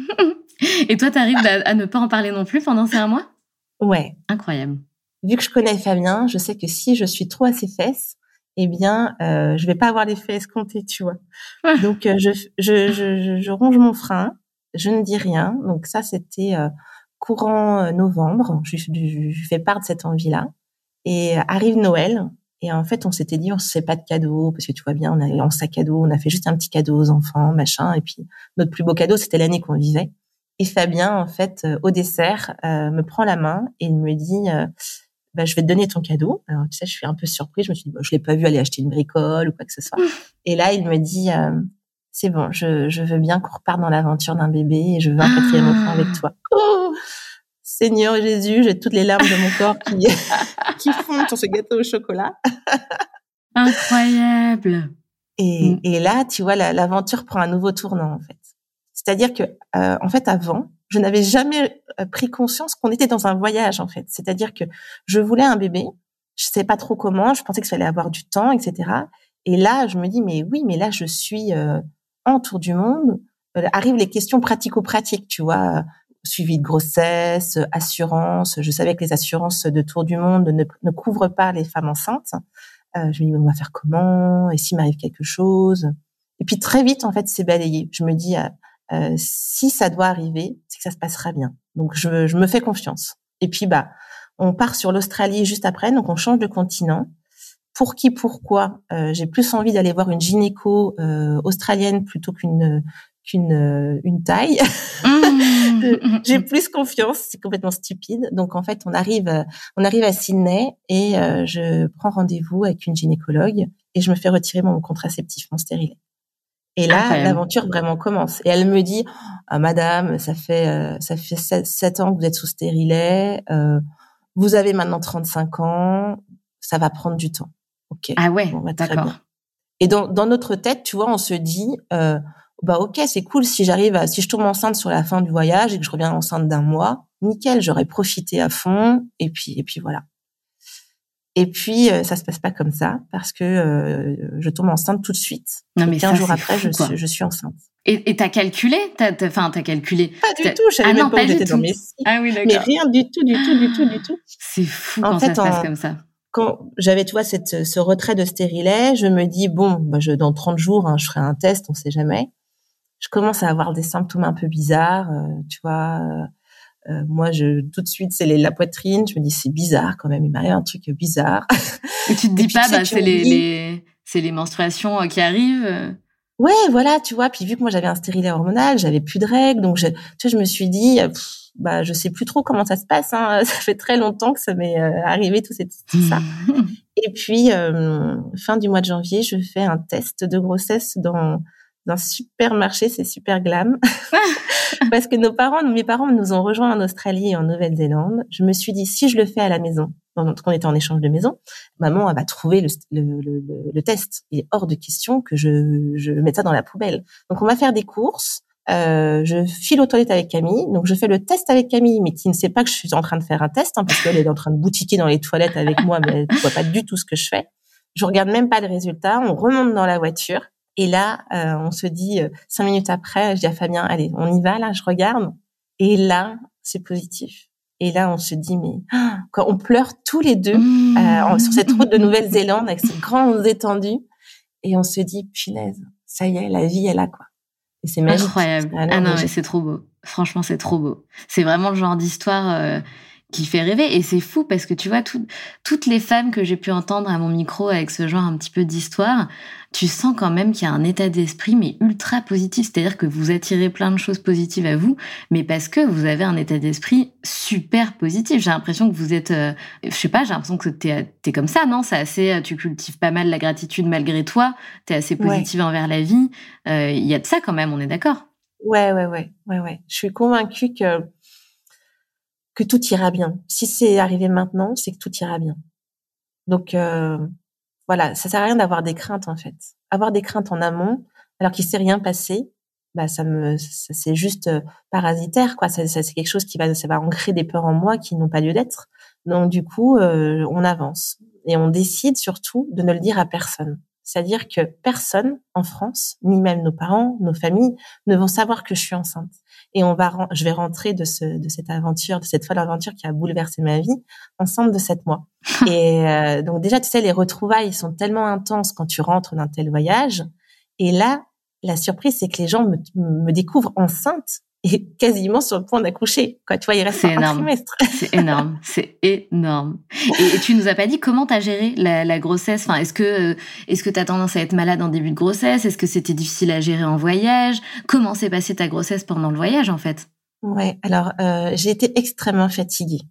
Et toi, t'arrives à, à ne pas en parler non plus pendant ces un mois? Ouais. Incroyable. Vu que je connais Fabien, je sais que si je suis trop à ses fesses, eh bien, euh, je vais pas avoir l'effet escompté, tu vois. Ouais. Donc, euh, je, je, je, je, je ronge mon frein. Je ne dis rien. Donc ça, c'était euh, courant euh, novembre. Je, je, je fais part de cette envie-là. Et euh, arrive Noël. Et en fait, on s'était dit, on se fait pas de cadeaux parce que tu vois bien, on a en sac à dos, on a fait juste un petit cadeau aux enfants, machin. Et puis notre plus beau cadeau, c'était l'année qu'on vivait. Et Fabien, en fait, euh, au dessert, euh, me prend la main et il me dit, euh, bah, je vais te donner ton cadeau. Alors, tu sais, je suis un peu surprise. Je me suis dit, bah, je l'ai pas vu aller acheter une bricole ou quoi que ce soit. Et là, il me dit, euh, c'est bon, je, je veux bien qu'on reparte dans l'aventure d'un bébé et je veux un quatrième enfant avec toi. Oh, Seigneur Jésus, j'ai toutes les larmes de mon corps qui, qui fondent sur ce gâteau au chocolat. Incroyable. Et, et là, tu vois, la, l'aventure prend un nouveau tournant, en fait. C'est-à-dire que, euh, en fait, avant, je n'avais jamais pris conscience qu'on était dans un voyage, en fait. C'est-à-dire que je voulais un bébé, je sais pas trop comment, je pensais qu'il fallait avoir du temps, et cetera. Et là, je me dis, mais oui, mais là, je suis euh, en tour du monde. Euh, arrivent les questions pratico-pratiques, tu vois, euh, suivi de grossesse, assurance. Je savais que les assurances de tour du monde ne, ne couvrent pas les femmes enceintes. Euh, je me dis, mais on va faire comment? Et s'il m'arrive quelque chose? Et puis très vite, en fait, c'est balayé. Je me dis, euh, euh, si ça doit arriver, c'est que ça se passera bien. Donc je, je me fais confiance. Et puis bah, on part sur l'Australie juste après, donc on change de continent. Pour qui, pourquoi euh, j'ai plus envie d'aller voir une gynéco euh, australienne plutôt qu'une qu'une euh, une taille. Mmh. J'ai plus confiance, c'est complètement stupide. Donc en fait, on arrive on arrive à Sydney et euh, je prends rendez-vous avec une gynécologue et je me fais retirer mon contraceptif, mon stérilet. Et là, okay. L'aventure vraiment commence. Et elle me dit, ah, madame, ça fait euh, ça fait sept ans que vous êtes sous stérilet, euh, vous avez maintenant trente-cinq ans, ça va prendre du temps. Ok. Ah ouais, bon, bah, d'accord. Bien. Et dans dans notre tête, tu vois, on se dit, euh, bah ok, c'est cool si j'arrive à, si je tombe enceinte sur la fin du voyage et que je reviens enceinte d'un mois, nickel, j'aurais profité à fond. Et puis et puis voilà. Et puis euh, ça se passe pas comme ça parce que euh, je tombe enceinte tout de suite. Non mais et quinze ça, jours c'est après, fou, je quoi. suis je suis enceinte. Et et t'as calculé, t'as enfin t'as calculé. Pas du t'as... tout, je savais ah même non, pas, pas où j'étais tout. dans mes cycles. Ah oui, d'accord. Mais rien du tout, du tout, du tout, du tout. C'est fou en quand fait, ça se passe en, comme ça. Quand j'avais, tu vois, cette, ce retrait de stérilet, je me dis, bon, bah, je, dans trente jours, hein, je ferai un test, on sait jamais. Je commence à avoir des symptômes un peu bizarres, euh, tu vois. Euh, moi, je, tout de suite, c'est les, la poitrine. Je me dis, c'est bizarre quand même, il m'arrive un truc bizarre. Et tu te dis puis, pas, tu sais, bah, c'est les, les, c'est les menstruations qui arrivent. Ouais, voilà, tu vois. Puis vu que moi, j'avais un stérilet hormonal, j'avais plus de règles. Donc, je, tu sais, je me suis dit, pff, bah, je sais plus trop comment ça se passe. Hein. Ça fait très longtemps que ça m'est euh, arrivé, tout, cette, tout ça. Et puis, euh, fin du mois de janvier, je fais un test de grossesse dans un supermarché, c'est super glam. Parce que nos parents, mes parents nous ont rejoints en Australie et en Nouvelle-Zélande. Je me suis dit, si je le fais à la maison, pendant qu'on était en échange de maison, maman, elle va trouver le, le, le, le test. Il est hors de question que je, je mette ça dans la poubelle. Donc, on va faire des courses. Euh, je file aux toilettes avec Camille. Donc, je fais le test avec Camille, mais qui ne sait pas que je suis en train de faire un test, hein, parce qu'elle est en train de boutiquer dans les toilettes avec moi, mais elle ne voit pas du tout ce que je fais. Je regarde même pas le résultat. On remonte dans la voiture. Et là, euh, on se dit, euh, cinq minutes après, je dis à Fabien, allez, on y va, là, je regarde. Et là, c'est positif. Et là, on se dit, mais quand on pleure tous les deux mmh. euh, sur cette route de Nouvelle-Zélande avec ces grandes étendues, et on se dit, punaise, ça y est, la vie est là, quoi. Et c'est magique. Incroyable. Ah non, magique. Mais c'est trop beau. Franchement, c'est trop beau. C'est vraiment le genre d'histoire euh, qui fait rêver. Et c'est fou parce que tu vois, tout, toutes les femmes que j'ai pu entendre à mon micro avec ce genre un petit peu d'histoire, tu sens quand même qu'il y a un état d'esprit mais ultra positif. C'est-à-dire que vous attirez plein de choses positives à vous, mais parce que vous avez un état d'esprit super positif. J'ai l'impression que vous êtes... Euh, je sais pas, j'ai l'impression que t'es, t'es comme ça, non ? C'est assez... Tu cultives pas mal la gratitude malgré toi. T'es assez positive ouais. envers la vie. Il euh, y a de ça quand même, on est d'accord ? Ouais, ouais, ouais, ouais, ouais. Je suis convaincue que... que tout ira bien. Si c'est arrivé maintenant, c'est que tout ira bien. Donc, euh, voilà, ça sert à rien d'avoir des craintes, en fait. Avoir des craintes en amont, alors qu'il s'est rien passé, bah, ça me, ça, c'est juste euh, parasitaire, quoi. Ça, ça, c'est quelque chose qui va, ça va ancrer des peurs en moi qui n'ont pas lieu d'être. Donc, du coup, euh, on avance. Et on décide surtout de ne le dire à personne. C'est-à-dire que personne en France, ni même nos parents, nos familles, ne vont savoir que je suis enceinte. Et on va, je vais rentrer de ce, de cette aventure, de cette folle aventure qui a bouleversé ma vie, enceinte de sept mois. Et euh, donc déjà, tu sais, les retrouvailles sont tellement intenses quand tu rentres d'un tel voyage. Et là, la surprise, c'est que les gens me, me découvrent enceinte et quasiment sur le point d'accoucher. Quoi, tu vois, il reste c'est un énorme. trimestre. C'est énorme, c'est énorme. Et, et tu nous as pas dit comment t'as géré la, la grossesse. Enfin, est-ce que est-ce que t'as tendance à être malade en début de grossesse ? Est-ce que c'était difficile à gérer en voyage ? Comment s'est passée ta grossesse pendant le voyage, en fait ? Ouais, alors euh, j'ai été extrêmement fatiguée.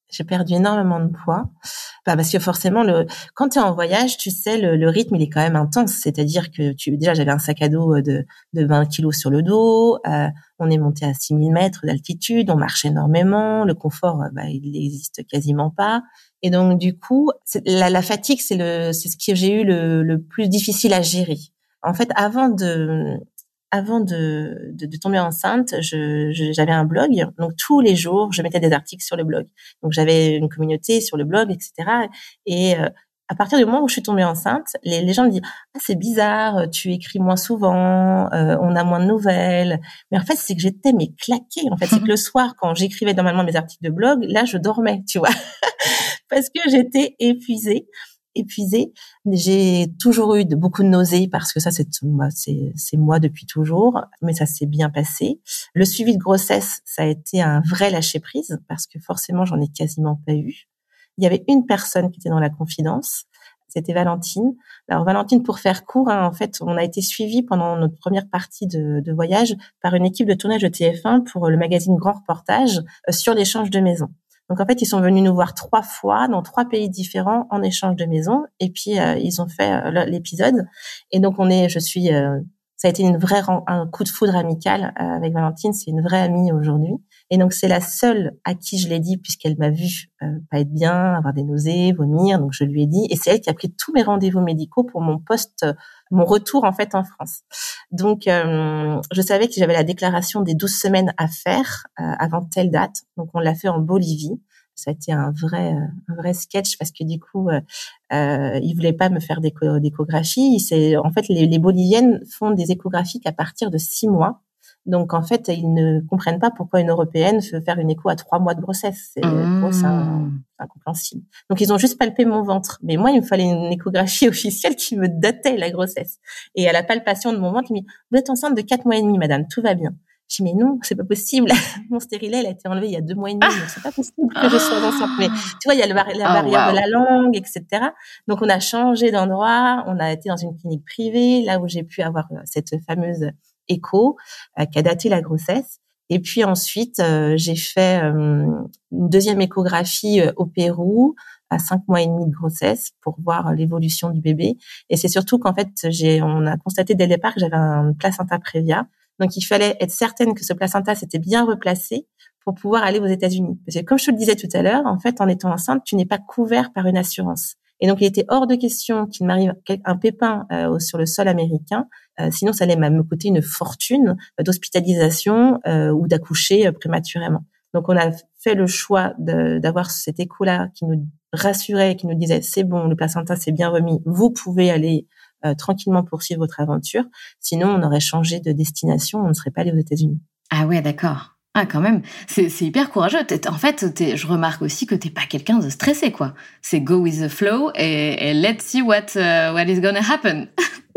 J'ai perdu énormément de poids. Bah, parce que forcément, le, quand tu es en voyage, tu sais, le, le rythme, il est quand même intense. C'est-à-dire que tu, déjà, j'avais un sac à dos de, de vingt kilos sur le dos. Euh, on est monté à six mille mètres d'altitude. On marche énormément. Le confort, bah, il n'existe quasiment pas. Et donc, du coup, c'est, la, la fatigue, c'est le, c'est ce que j'ai eu le, le plus difficile à gérer. En fait, avant de, Avant de, de, de tomber enceinte, je, je, j'avais un blog. Donc, tous les jours, je mettais des articles sur le blog. Donc, j'avais une communauté sur le blog, et cetera. Et euh, à partir du moment où je suis tombée enceinte, les, les gens me disent « Ah, c'est bizarre, tu écris moins souvent, euh, on a moins de nouvelles. » Mais en fait, c'est que j'étais mais claquée. En fait, c'est que le soir, quand j'écrivais normalement mes articles de blog, là, je dormais, tu vois, parce que j'étais épuisée. épuisée. J'ai toujours eu de, beaucoup de nausées parce que ça, c'est, c'est, c'est moi depuis toujours, mais ça s'est bien passé. Le suivi de grossesse, ça a été un vrai lâcher prise parce que forcément, j'en ai quasiment pas eu. Il y avait une personne qui était dans la confidence. C'était Valentine. Alors, Valentine, pour faire court, hein, en fait, on a été suivis pendant notre première partie de, de voyage par une équipe de tournage de T F un pour le magazine Grand Reportage euh, sur l'échange de maisons. Donc, en fait, ils sont venus nous voir trois fois dans trois pays différents en échange de maisons. Et puis, euh, ils ont fait euh, l'épisode. Et donc, on est, je suis, euh, ça a été une vraie, un coup de foudre amical euh, avec Valentine. C'est une vraie amie aujourd'hui. Et donc, c'est la seule à qui je l'ai dit puisqu'elle m'a vu euh, pas être bien, avoir des nausées, vomir. Donc, je lui ai dit. Et c'est elle qui a pris tous mes rendez-vous médicaux pour mon poste, mon retour, en fait, en France. Donc, euh, je savais que j'avais la déclaration des douze semaines à faire euh, avant telle date. Donc, on l'a fait en Bolivie. Ça a été un vrai, un vrai sketch parce que du coup, euh, euh, ils voulaient pas me faire d'écho, d'échographie. C'est, en fait, les, les Boliviennes font des échographies qu'à partir de six mois. Donc, en fait, ils ne comprennent pas pourquoi une Européenne veut faire une écho à trois mois de grossesse. C'est, Mmh. pour eux, c'est, un, c'est incompréhensible. Donc, ils ont juste palpé mon ventre. Mais moi, il me fallait une échographie officielle qui me datait la grossesse. Et à la palpation de mon ventre, il me dit, vous êtes enceinte de quatre mois et demi, madame, tout va bien. Je dis, mais non, c'est pas possible. Mon stérilet, il a été enlevé il y a deux mois et demi. Ah donc, c'est pas possible que je sois enceinte. Mais tu vois, il y a le bar- la barrière oh, wow. de la langue, et cetera. Donc, on a changé d'endroit. On a été dans une clinique privée, là où j'ai pu avoir cette fameuse écho euh, qui a daté la grossesse. Et puis ensuite, euh, j'ai fait euh, une deuxième échographie euh, au Pérou à cinq mois et demi de grossesse pour voir l'évolution du bébé. Et c'est surtout qu'en fait, j'ai, on a constaté dès le départ que j'avais un placenta prévia. Donc, il fallait être certaine que ce placenta s'était bien replacé pour pouvoir aller aux États-Unis. Parce que comme je te le disais tout à l'heure, en fait, en étant enceinte, tu n'es pas couvert par une assurance. Et donc, il était hors de question qu'il m'arrive un pépin euh, sur le sol américain. Euh, sinon, ça allait me coûter une fortune d'hospitalisation euh, ou d'accoucher euh, prématurément. Donc, on a fait le choix de, d'avoir cet écho-là qui nous rassurait, qui nous disait « c'est bon, le placenta s'est bien remis, vous pouvez aller Euh, tranquillement poursuivre votre aventure. Sinon, on aurait changé de destination, on ne serait pas allé aux États-Unis. » Ah ouais, d'accord. Ah, quand même, c'est, c'est hyper courageux. T'es, en fait, t'es, je remarque aussi que t'es pas quelqu'un de stressé, quoi. C'est go with the flow et, et let's see what, uh, what is gonna happen.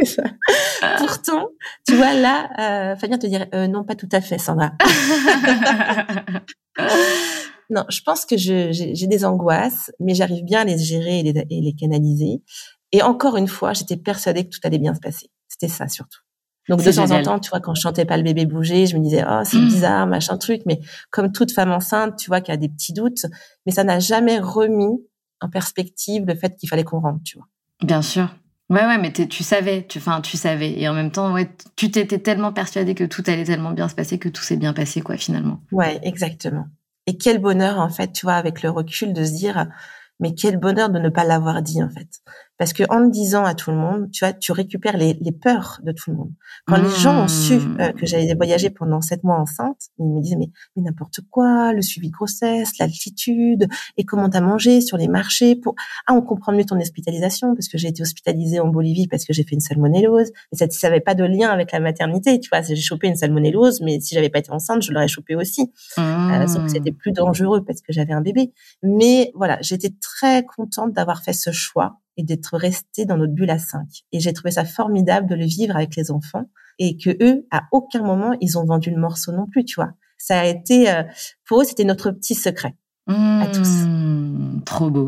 Pourtant, tu vois, là, euh, Fabien te dirait euh, non, pas tout à fait, Sandra. Non, je pense que je, j'ai, j'ai des angoisses, mais j'arrive bien à les gérer et les, et les canaliser. Et encore une fois, j'étais persuadée que tout allait bien se passer. C'était ça, surtout. Donc, c'est de temps génial. En temps, tu vois, quand je sentais pas le bébé bouger, je me disais, oh, c'est mmh. bizarre, machin truc. Mais comme toute femme enceinte, tu vois, qui a des petits doutes. Mais ça n'a jamais remis en perspective le fait qu'il fallait qu'on rentre, tu vois. Bien sûr. Ouais, ouais, mais tu savais, tu, enfin, tu savais. Et en même temps, ouais, tu t'étais tellement persuadée que tout allait tellement bien se passer que tout s'est bien passé, quoi, finalement. Ouais, exactement. Et quel bonheur, en fait, tu vois, avec le recul, de se dire, mais quel bonheur de ne pas l'avoir dit, en fait. Parce que en le disant à tout le monde, tu vois, tu récupères les, les peurs de tout le monde. Quand mmh. les gens ont su euh, que j'allais voyager pendant sept mois enceinte, ils me disaient, mais, mais n'importe quoi, le suivi de grossesse, l'altitude, et comment t'as mangé sur les marchés pour, ah, on comprend mieux ton hospitalisation, parce que j'ai été hospitalisée en Bolivie parce que j'ai fait une salmonellose. Et ça, ça avait pas de lien avec la maternité, tu vois. J'ai chopé une salmonellose, mais si j'avais pas été enceinte, je l'aurais chopé aussi. Mmh. Euh, sauf que c'était plus dangereux parce que j'avais un bébé. Mais voilà, j'étais très contente d'avoir fait ce choix et d'être restée dans notre bulle à cinq. Et j'ai trouvé ça formidable de le vivre avec les enfants et que eux, à aucun moment, ils ont vendu le morceau non plus, tu vois. Ça a été, euh, pour eux, c'était notre petit secret. Mmh, à tous. Trop beau.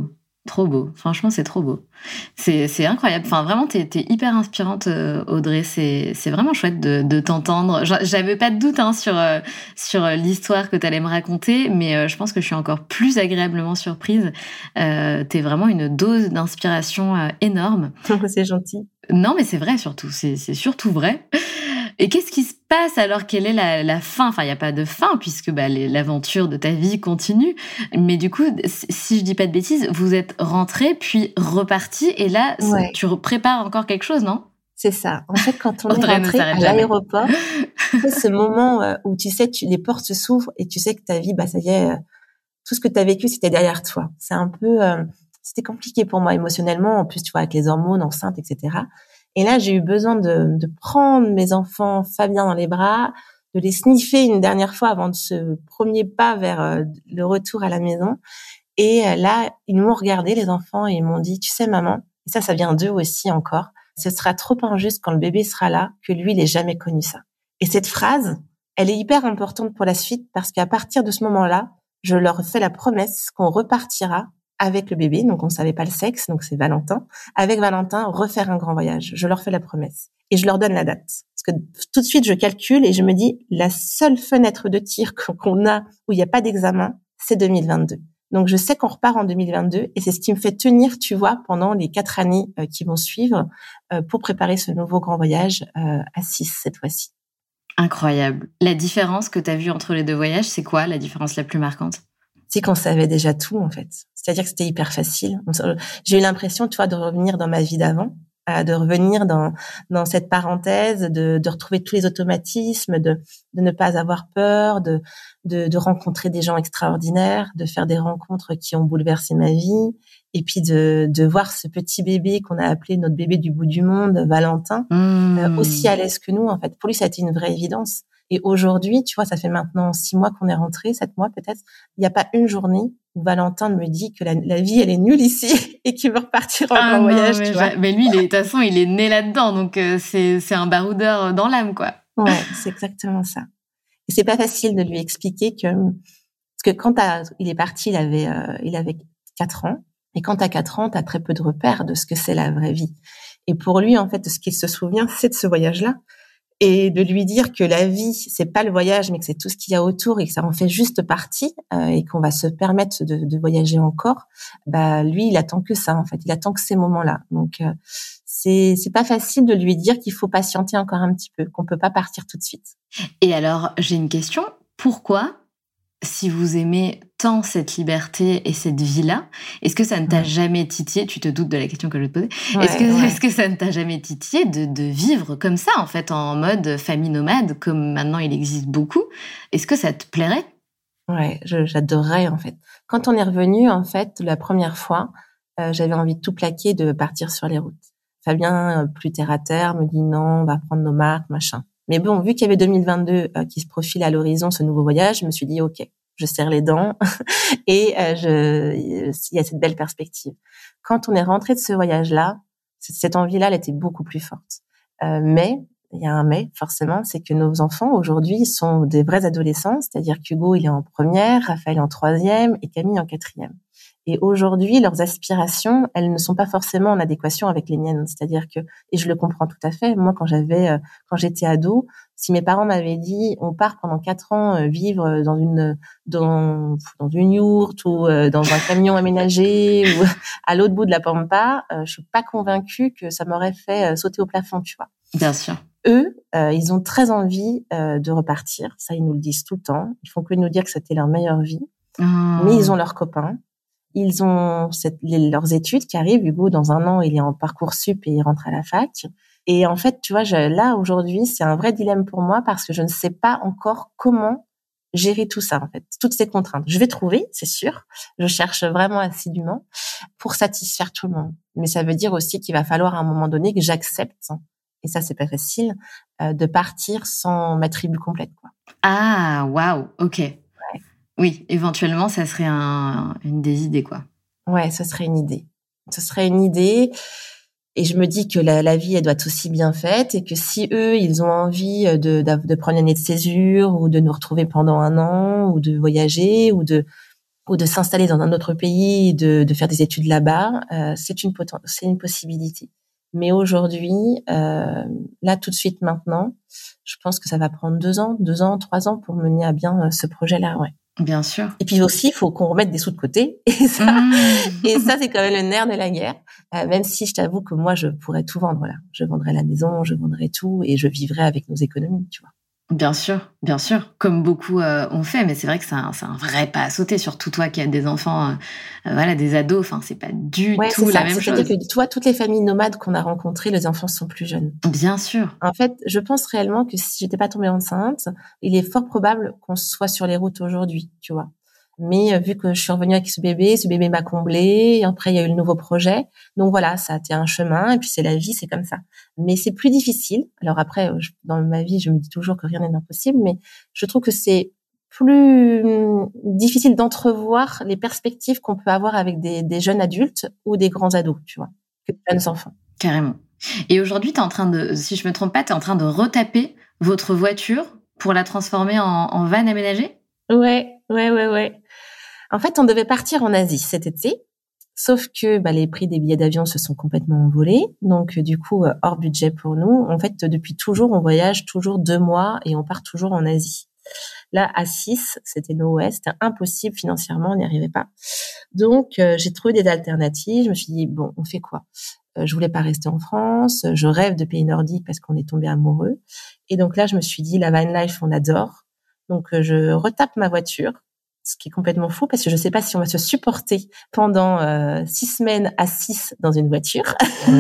Trop beau. Franchement, c'est trop beau. C'est, c'est incroyable. Enfin, vraiment, t'es, t'es hyper inspirante, euh, Audrey. C'est, c'est vraiment chouette de, de t'entendre. J'a- J'avais pas de doute hein, sur, euh, sur l'histoire que t'allais me raconter, mais euh, je pense que je suis encore plus agréablement surprise. Euh, t'es vraiment une dose d'inspiration euh, énorme. C'est gentil. Non, mais c'est vrai surtout. C'est, c'est surtout vrai. Et qu'est-ce qui se passe alors? Quelle est la, la fin? Enfin, il n'y a pas de fin puisque bah, les, l'aventure de ta vie continue. Mais du coup, si je dis pas de bêtises, vous êtes rentré puis reparti et là, Ouais. tu prépares encore quelque chose, non? C'est ça. En fait, quand on Audrey est ne rentré s'arrête à jamais. l'aéroport, c'est ce moment euh, où tu sais, tu, les portes se s'ouvrent et tu sais que ta vie, bah ça y est, euh, tout ce que tu as vécu, c'était derrière toi. C'est un peu, euh, c'était compliqué pour moi émotionnellement. En plus, tu vois, avec les hormones, enceinte, et cetera. Et là, j'ai eu besoin de, de prendre mes enfants, Fabien dans les bras, de les sniffer une dernière fois avant de ce premier pas vers euh, le retour à la maison. Et euh, là, ils m'ont regardé, les enfants, et ils m'ont dit, tu sais, maman, et ça, ça vient d'eux aussi encore, ce sera trop injuste quand le bébé sera là que lui, il ait jamais connu ça. Et cette phrase, elle est hyper importante pour la suite parce qu'à partir de ce moment-là, je leur fais la promesse qu'on repartira avec le bébé, donc on savait pas le sexe, donc c'est Valentin, avec Valentin, refaire un grand voyage. Je leur fais la promesse. Et je leur donne la date. Parce que tout de suite, je calcule et je me dis, la seule fenêtre de tir qu'on a où il n'y a pas d'examen, c'est deux mille vingt-deux. Donc, je sais qu'on repart en deux mille vingt-deux et c'est ce qui me fait tenir, tu vois, pendant les quatre années euh, qui vont suivre euh, pour préparer ce nouveau grand voyage euh, à six cette fois-ci. Incroyable. La différence que tu as vue entre les deux voyages, c'est quoi la différence la plus marquante? C'est qu'on savait déjà tout, en fait. C'est-à-dire que c'était hyper facile. J'ai eu l'impression, tu vois, de revenir dans ma vie d'avant, euh, de revenir dans dans cette parenthèse, de, de retrouver tous les automatismes, de de ne pas avoir peur, de de, de rencontrer des gens extraordinaires, de faire des rencontres qui ont bouleversé ma vie, et puis de de voir ce petit bébé qu'on a appelé notre bébé du bout du monde, Valentin, mmh. euh, aussi à l'aise que nous. En fait, pour lui, ça a été une vraie évidence. Et aujourd'hui, tu vois, ça fait maintenant six mois qu'on est rentré, sept mois peut-être. Il n'y a pas une journée où Valentin me dit que la, la vie, elle est nulle ici et qu'il veut repartir en ah grand non, voyage, mais tu vois. Mais lui, il est, de toute façon, il est né là-dedans, donc euh, c'est, c'est un baroudeur dans l'âme, quoi. Ouais, c'est exactement ça. Et c'est pas facile de lui expliquer que, parce que quand t'as, il est parti, il avait, euh, il avait quatre ans. Et quand t'as quatre ans, t'as très peu de repères de ce que c'est la vraie vie. Et pour lui, en fait, ce qu'il se souvient, c'est de ce voyage-là. Et de lui dire que la vie, c'est pas le voyage, mais que c'est tout ce qu'il y a autour et que ça en fait juste partie euh, et qu'on va se permettre de, de voyager encore. Bah lui, il attend que ça en fait. Il attend que ces moments-là. Donc euh, c'est c'est pas facile de lui dire qu'il faut patienter encore un petit peu, qu'on peut pas partir tout de suite. Et alors, j'ai une question. Pourquoi, si vous aimez tant cette liberté et cette vie-là, est-ce que ça ne t'a ouais. jamais titillé, tu te doutes de la question que je vais te poser, ouais, est-ce, que, ouais. est-ce que ça ne t'a jamais titillé de, de vivre comme ça, en fait, en mode famille nomade, comme maintenant il existe beaucoup? Est-ce que ça te plairait? Ouais, je, j'adorerais, en fait. Quand on est revenu, en fait, la première fois, euh, j'avais envie de tout plaquer, de partir sur les routes. Fabien, plus terre à terre, me dit non, on va prendre nos marques, machin. Mais bon, vu qu'il y avait deux mille vingt-deux euh, qui se profile à l'horizon, ce nouveau voyage, je me suis dit, OK, je serre les dents et euh, je, il y a cette belle perspective. Quand on est rentré de ce voyage-là, cette envie-là, elle était beaucoup plus forte. Euh, mais, il y a un mais, forcément, c'est que nos enfants, aujourd'hui, sont des vrais adolescents, c'est-à-dire qu'Hugo, il est en première, Raphaël en troisième et Camille en quatrième. Et aujourd'hui, leurs aspirations, elles ne sont pas forcément en adéquation avec les miennes. C'est-à-dire que, et je le comprends tout à fait, moi, quand j'avais, euh, quand j'étais ado, si mes parents m'avaient dit, on part pendant quatre ans euh, vivre dans une, dans, dans une yourte ou euh, dans un camion aménagé ou à l'autre bout de la pampa, euh, je suis pas convaincue que ça m'aurait fait euh, sauter au plafond, tu vois. Bien sûr. Eux, euh, ils ont très envie euh, de repartir. Ça, ils nous le disent tout le temps. Ils font que nous dire que c'était leur meilleure vie. Mmh. Mais ils ont leurs copains. Ils ont cette, les, leurs études qui arrivent. Hugo, dans un an, il est en Parcoursup et il rentre à la fac. Et en fait, tu vois, je, là, aujourd'hui, c'est un vrai dilemme pour moi parce que je ne sais pas encore comment gérer tout ça, en fait. Toutes ces contraintes. Je vais trouver, c'est sûr. Je cherche vraiment assidûment pour satisfaire tout le monde. Mais ça veut dire aussi qu'il va falloir à un moment donné que j'accepte, et ça, c'est pas facile, euh, de partir sans ma tribu complète, quoi. Ah, waouh, ok. Ouais. Oui, éventuellement, ça serait un, une des idées, quoi. Ouais, ce serait une idée. Ce serait une idée. Et je me dis que la, la vie, elle doit être aussi bien faite et que si eux, ils ont envie de, de, de prendre une année de césure ou de nous retrouver pendant un an ou de voyager ou de, ou de s'installer dans un autre pays, de, de faire des études là-bas, euh, c'est une poten- c'est une possibilité. Mais aujourd'hui, euh, là tout de suite maintenant, je pense que ça va prendre deux ans, deux ans, trois ans pour mener à bien euh, ce projet-là, ouais. Bien sûr. Et puis aussi, il faut qu'on remette des sous de côté. Et ça, mmh. et ça c'est quand même le nerf de la guerre. Euh, même si je t'avoue que moi, je pourrais tout vendre là. Je vendrais la maison, je vendrais tout et je vivrais avec nos économies, tu vois. Bien sûr, bien sûr, comme beaucoup euh, ont fait, mais c'est vrai que c'est un, c'est un vrai pas à sauter, surtout toi qui as des enfants, euh, euh, voilà, des ados, enfin, c'est pas du ouais, tout c'est la ça. même C'est-à-dire chose. que toi, toutes les familles nomades qu'on a rencontrées, les enfants sont plus jeunes. Bien sûr. En fait, je pense réellement que si j'étais pas tombée enceinte, il est fort probable qu'on soit sur les routes aujourd'hui, tu vois. Mais euh, vu que je suis revenue avec ce bébé, ce bébé m'a comblée, et après il y a eu le nouveau projet. Donc voilà, ça a été un chemin, et puis c'est la vie, c'est comme ça. Mais c'est plus difficile. Alors après, je, dans ma vie, je me dis toujours que rien n'est impossible, mais je trouve que c'est plus difficile d'entrevoir les perspectives qu'on peut avoir avec des, des jeunes adultes ou des grands ados, tu vois, que des jeunes enfants. Carrément. Et aujourd'hui, t'es en train de, si je me trompe pas, t'es en train de retaper votre voiture pour la transformer en, en van aménagé? Ouais, ouais, ouais, ouais. En fait, on devait partir en Asie cet été, sauf que bah, les prix des billets d'avion se sont complètement envolés, donc du coup euh, hors budget pour nous. En fait, depuis toujours, on voyage toujours deux mois et on part toujours en Asie. Là, à six, c'était no way, c'était impossible financièrement, on n'y arrivait pas. Donc, euh, j'ai trouvé des alternatives. Je me suis dit bon, on fait quoi ? euh, Je voulais pas rester en France. Je rêve de pays nordiques parce qu'on est tombé amoureux. Et donc là, je me suis dit la van life, on adore. Donc, euh, je retape ma voiture. Ce qui est complètement fou parce que je sais pas si on va se supporter pendant euh, six semaines à six dans une voiture.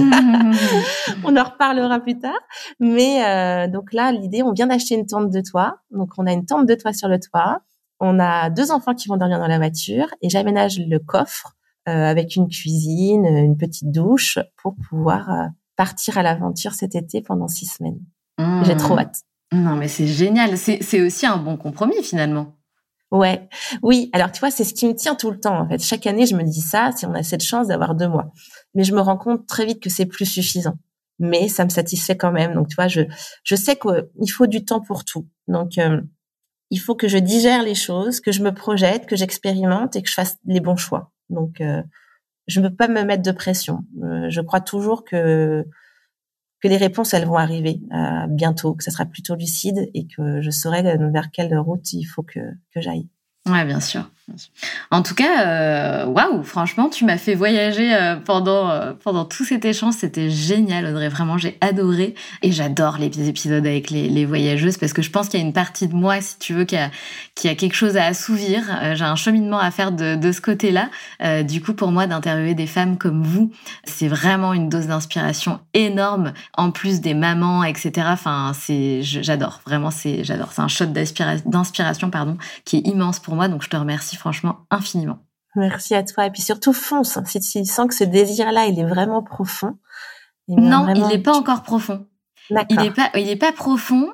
On en reparlera plus tard. Mais euh, donc là, l'idée, on vient d'acheter une tente de toit. Donc on a une tente de toit sur le toit. On a deux enfants qui vont dormir dans la voiture et j'aménage le coffre euh, avec une cuisine, une petite douche pour pouvoir euh, partir à l'aventure cet été pendant six semaines. Mmh. J'ai trop hâte. Non, mais c'est génial. C'est, c'est aussi un bon compromis finalement. Ouais, oui. Alors tu vois, c'est ce qui me tient tout le temps. En fait, chaque année, je me dis ça. Si on a cette chance d'avoir deux mois, mais je me rends compte très vite que c'est plus suffisant. Mais ça me satisfait quand même. Donc tu vois, je je sais qu'il faut du temps pour tout. Donc euh, il faut que je digère les choses, que je me projette, que j'expérimente et que je fasse les bons choix. Donc euh, je ne peux pas me mettre de pression. Euh, je crois toujours que que les réponses, elles vont arriver euh, bientôt, que ça sera plutôt lucide et que je saurai vers quelle route il faut que, que j'aille. Ouais, bien sûr. Bien sûr. En tout cas, waouh, wow, franchement, tu m'as fait voyager euh, pendant euh, pendant tout cet échange. C'était génial, Audrey. Vraiment, j'ai adoré. Et j'adore les épisodes avec les, les voyageuses parce que je pense qu'il y a une partie de moi, si tu veux, qui a, qui a quelque chose à assouvir. Euh, j'ai un cheminement à faire de, de ce côté-là. Euh, du coup, pour moi, d'interviewer des femmes comme vous, c'est vraiment une dose d'inspiration énorme. En plus des mamans, et cetera. Enfin, c'est, j'adore. Vraiment, c'est, j'adore. C'est un shot d'inspiration, d'inspiration, pardon, qui est immense pour moi. Donc, je te remercie franchement infiniment. Merci à toi. Et puis surtout, fonce. Si tu sens que ce désir-là, il est vraiment profond. Non, vraiment... il n'est pas encore profond. D'accord. Il n'est pas, il est pas profond,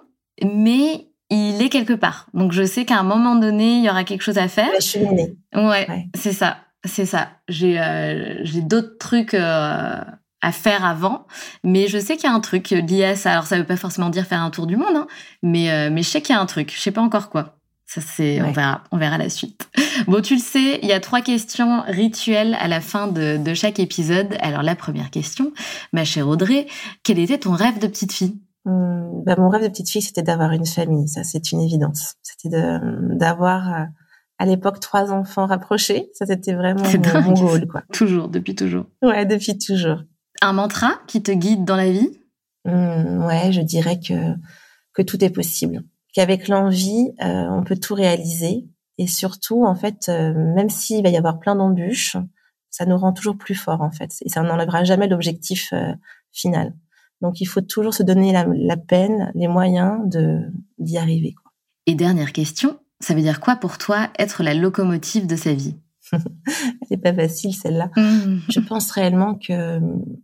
mais il est quelque part. Donc, je sais qu'à un moment donné, il y aura quelque chose à faire. La cheminée. Ouais, ouais, c'est ça. C'est ça. J'ai, euh, j'ai d'autres trucs euh, à faire avant, mais je sais qu'il y a un truc lié à ça. Alors, ça veut pas forcément dire faire un tour du monde, hein, mais, euh, mais je sais qu'il y a un truc. Je sais pas encore quoi. Ça, c'est, ouais. on verra, on verra la suite. Bon, tu le sais, il y a trois questions rituelles à la fin de, de chaque épisode. Alors, la première question, ma chère Audrey, quel était ton rêve de petite fille? Hum, bah, mon rêve de petite fille, c'était d'avoir une famille. Ça, c'est une évidence. C'était de, d'avoir, euh, à l'époque, trois enfants rapprochés. Ça, c'était vraiment c'est mon, dingue, mon goal, quoi. Toujours, depuis toujours. Ouais, depuis toujours. Un mantra qui te guide dans la vie? Hum, ouais, je dirais que, que tout est possible. Qu'avec l'envie, euh, on peut tout réaliser. Et surtout, en fait, euh, même s'il va y avoir plein d'embûches, ça nous rend toujours plus forts, en fait. Et ça n'enlèvera jamais l'objectif euh, final. Donc, il faut toujours se donner la, la peine, les moyens de, d'y arriver, quoi. Et dernière question, ça veut dire quoi pour toi être la locomotive de sa vie? C'est pas facile, celle-là. Mmh. Je pense réellement que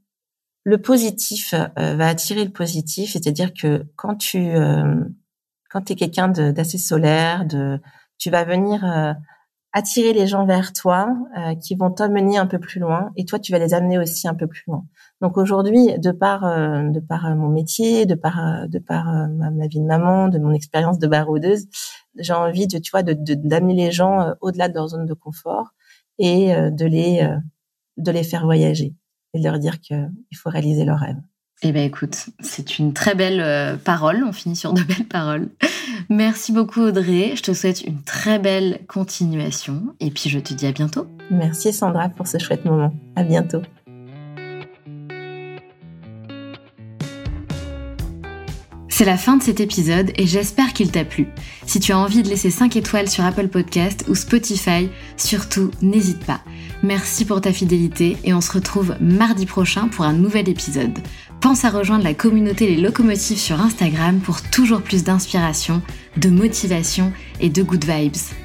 le positif euh, va attirer le positif. C'est-à-dire que quand tu... Euh, quand tu es quelqu'un de, d'assez solaire, de, tu vas venir euh, attirer les gens vers toi, euh, qui vont t'amener un peu plus loin, et toi, tu vas les amener aussi un peu plus loin. Donc aujourd'hui, de par euh, de par euh, mon métier, de par euh, de par euh, ma, ma vie de maman, de mon expérience de baroudeuse, j'ai envie de tu vois de, de d'amener les gens euh, au-delà de leur zone de confort et euh, de les euh, de les faire voyager et de leur dire que il faut réaliser leurs rêves. Eh ben écoute, c'est une très belle euh, parole, on finit sur de belles paroles. Merci beaucoup Audrey, je te souhaite une très belle continuation et puis je te dis à bientôt. Merci Sandra pour ce chouette moment. À bientôt. C'est la fin de cet épisode et j'espère qu'il t'a plu. Si tu as envie de laisser cinq étoiles sur Apple Podcast ou Spotify, surtout n'hésite pas. Merci pour ta fidélité et on se retrouve mardi prochain pour un nouvel épisode. Pense à rejoindre la communauté Les Locomotives sur Instagram pour toujours plus d'inspiration, de motivation et de good vibes.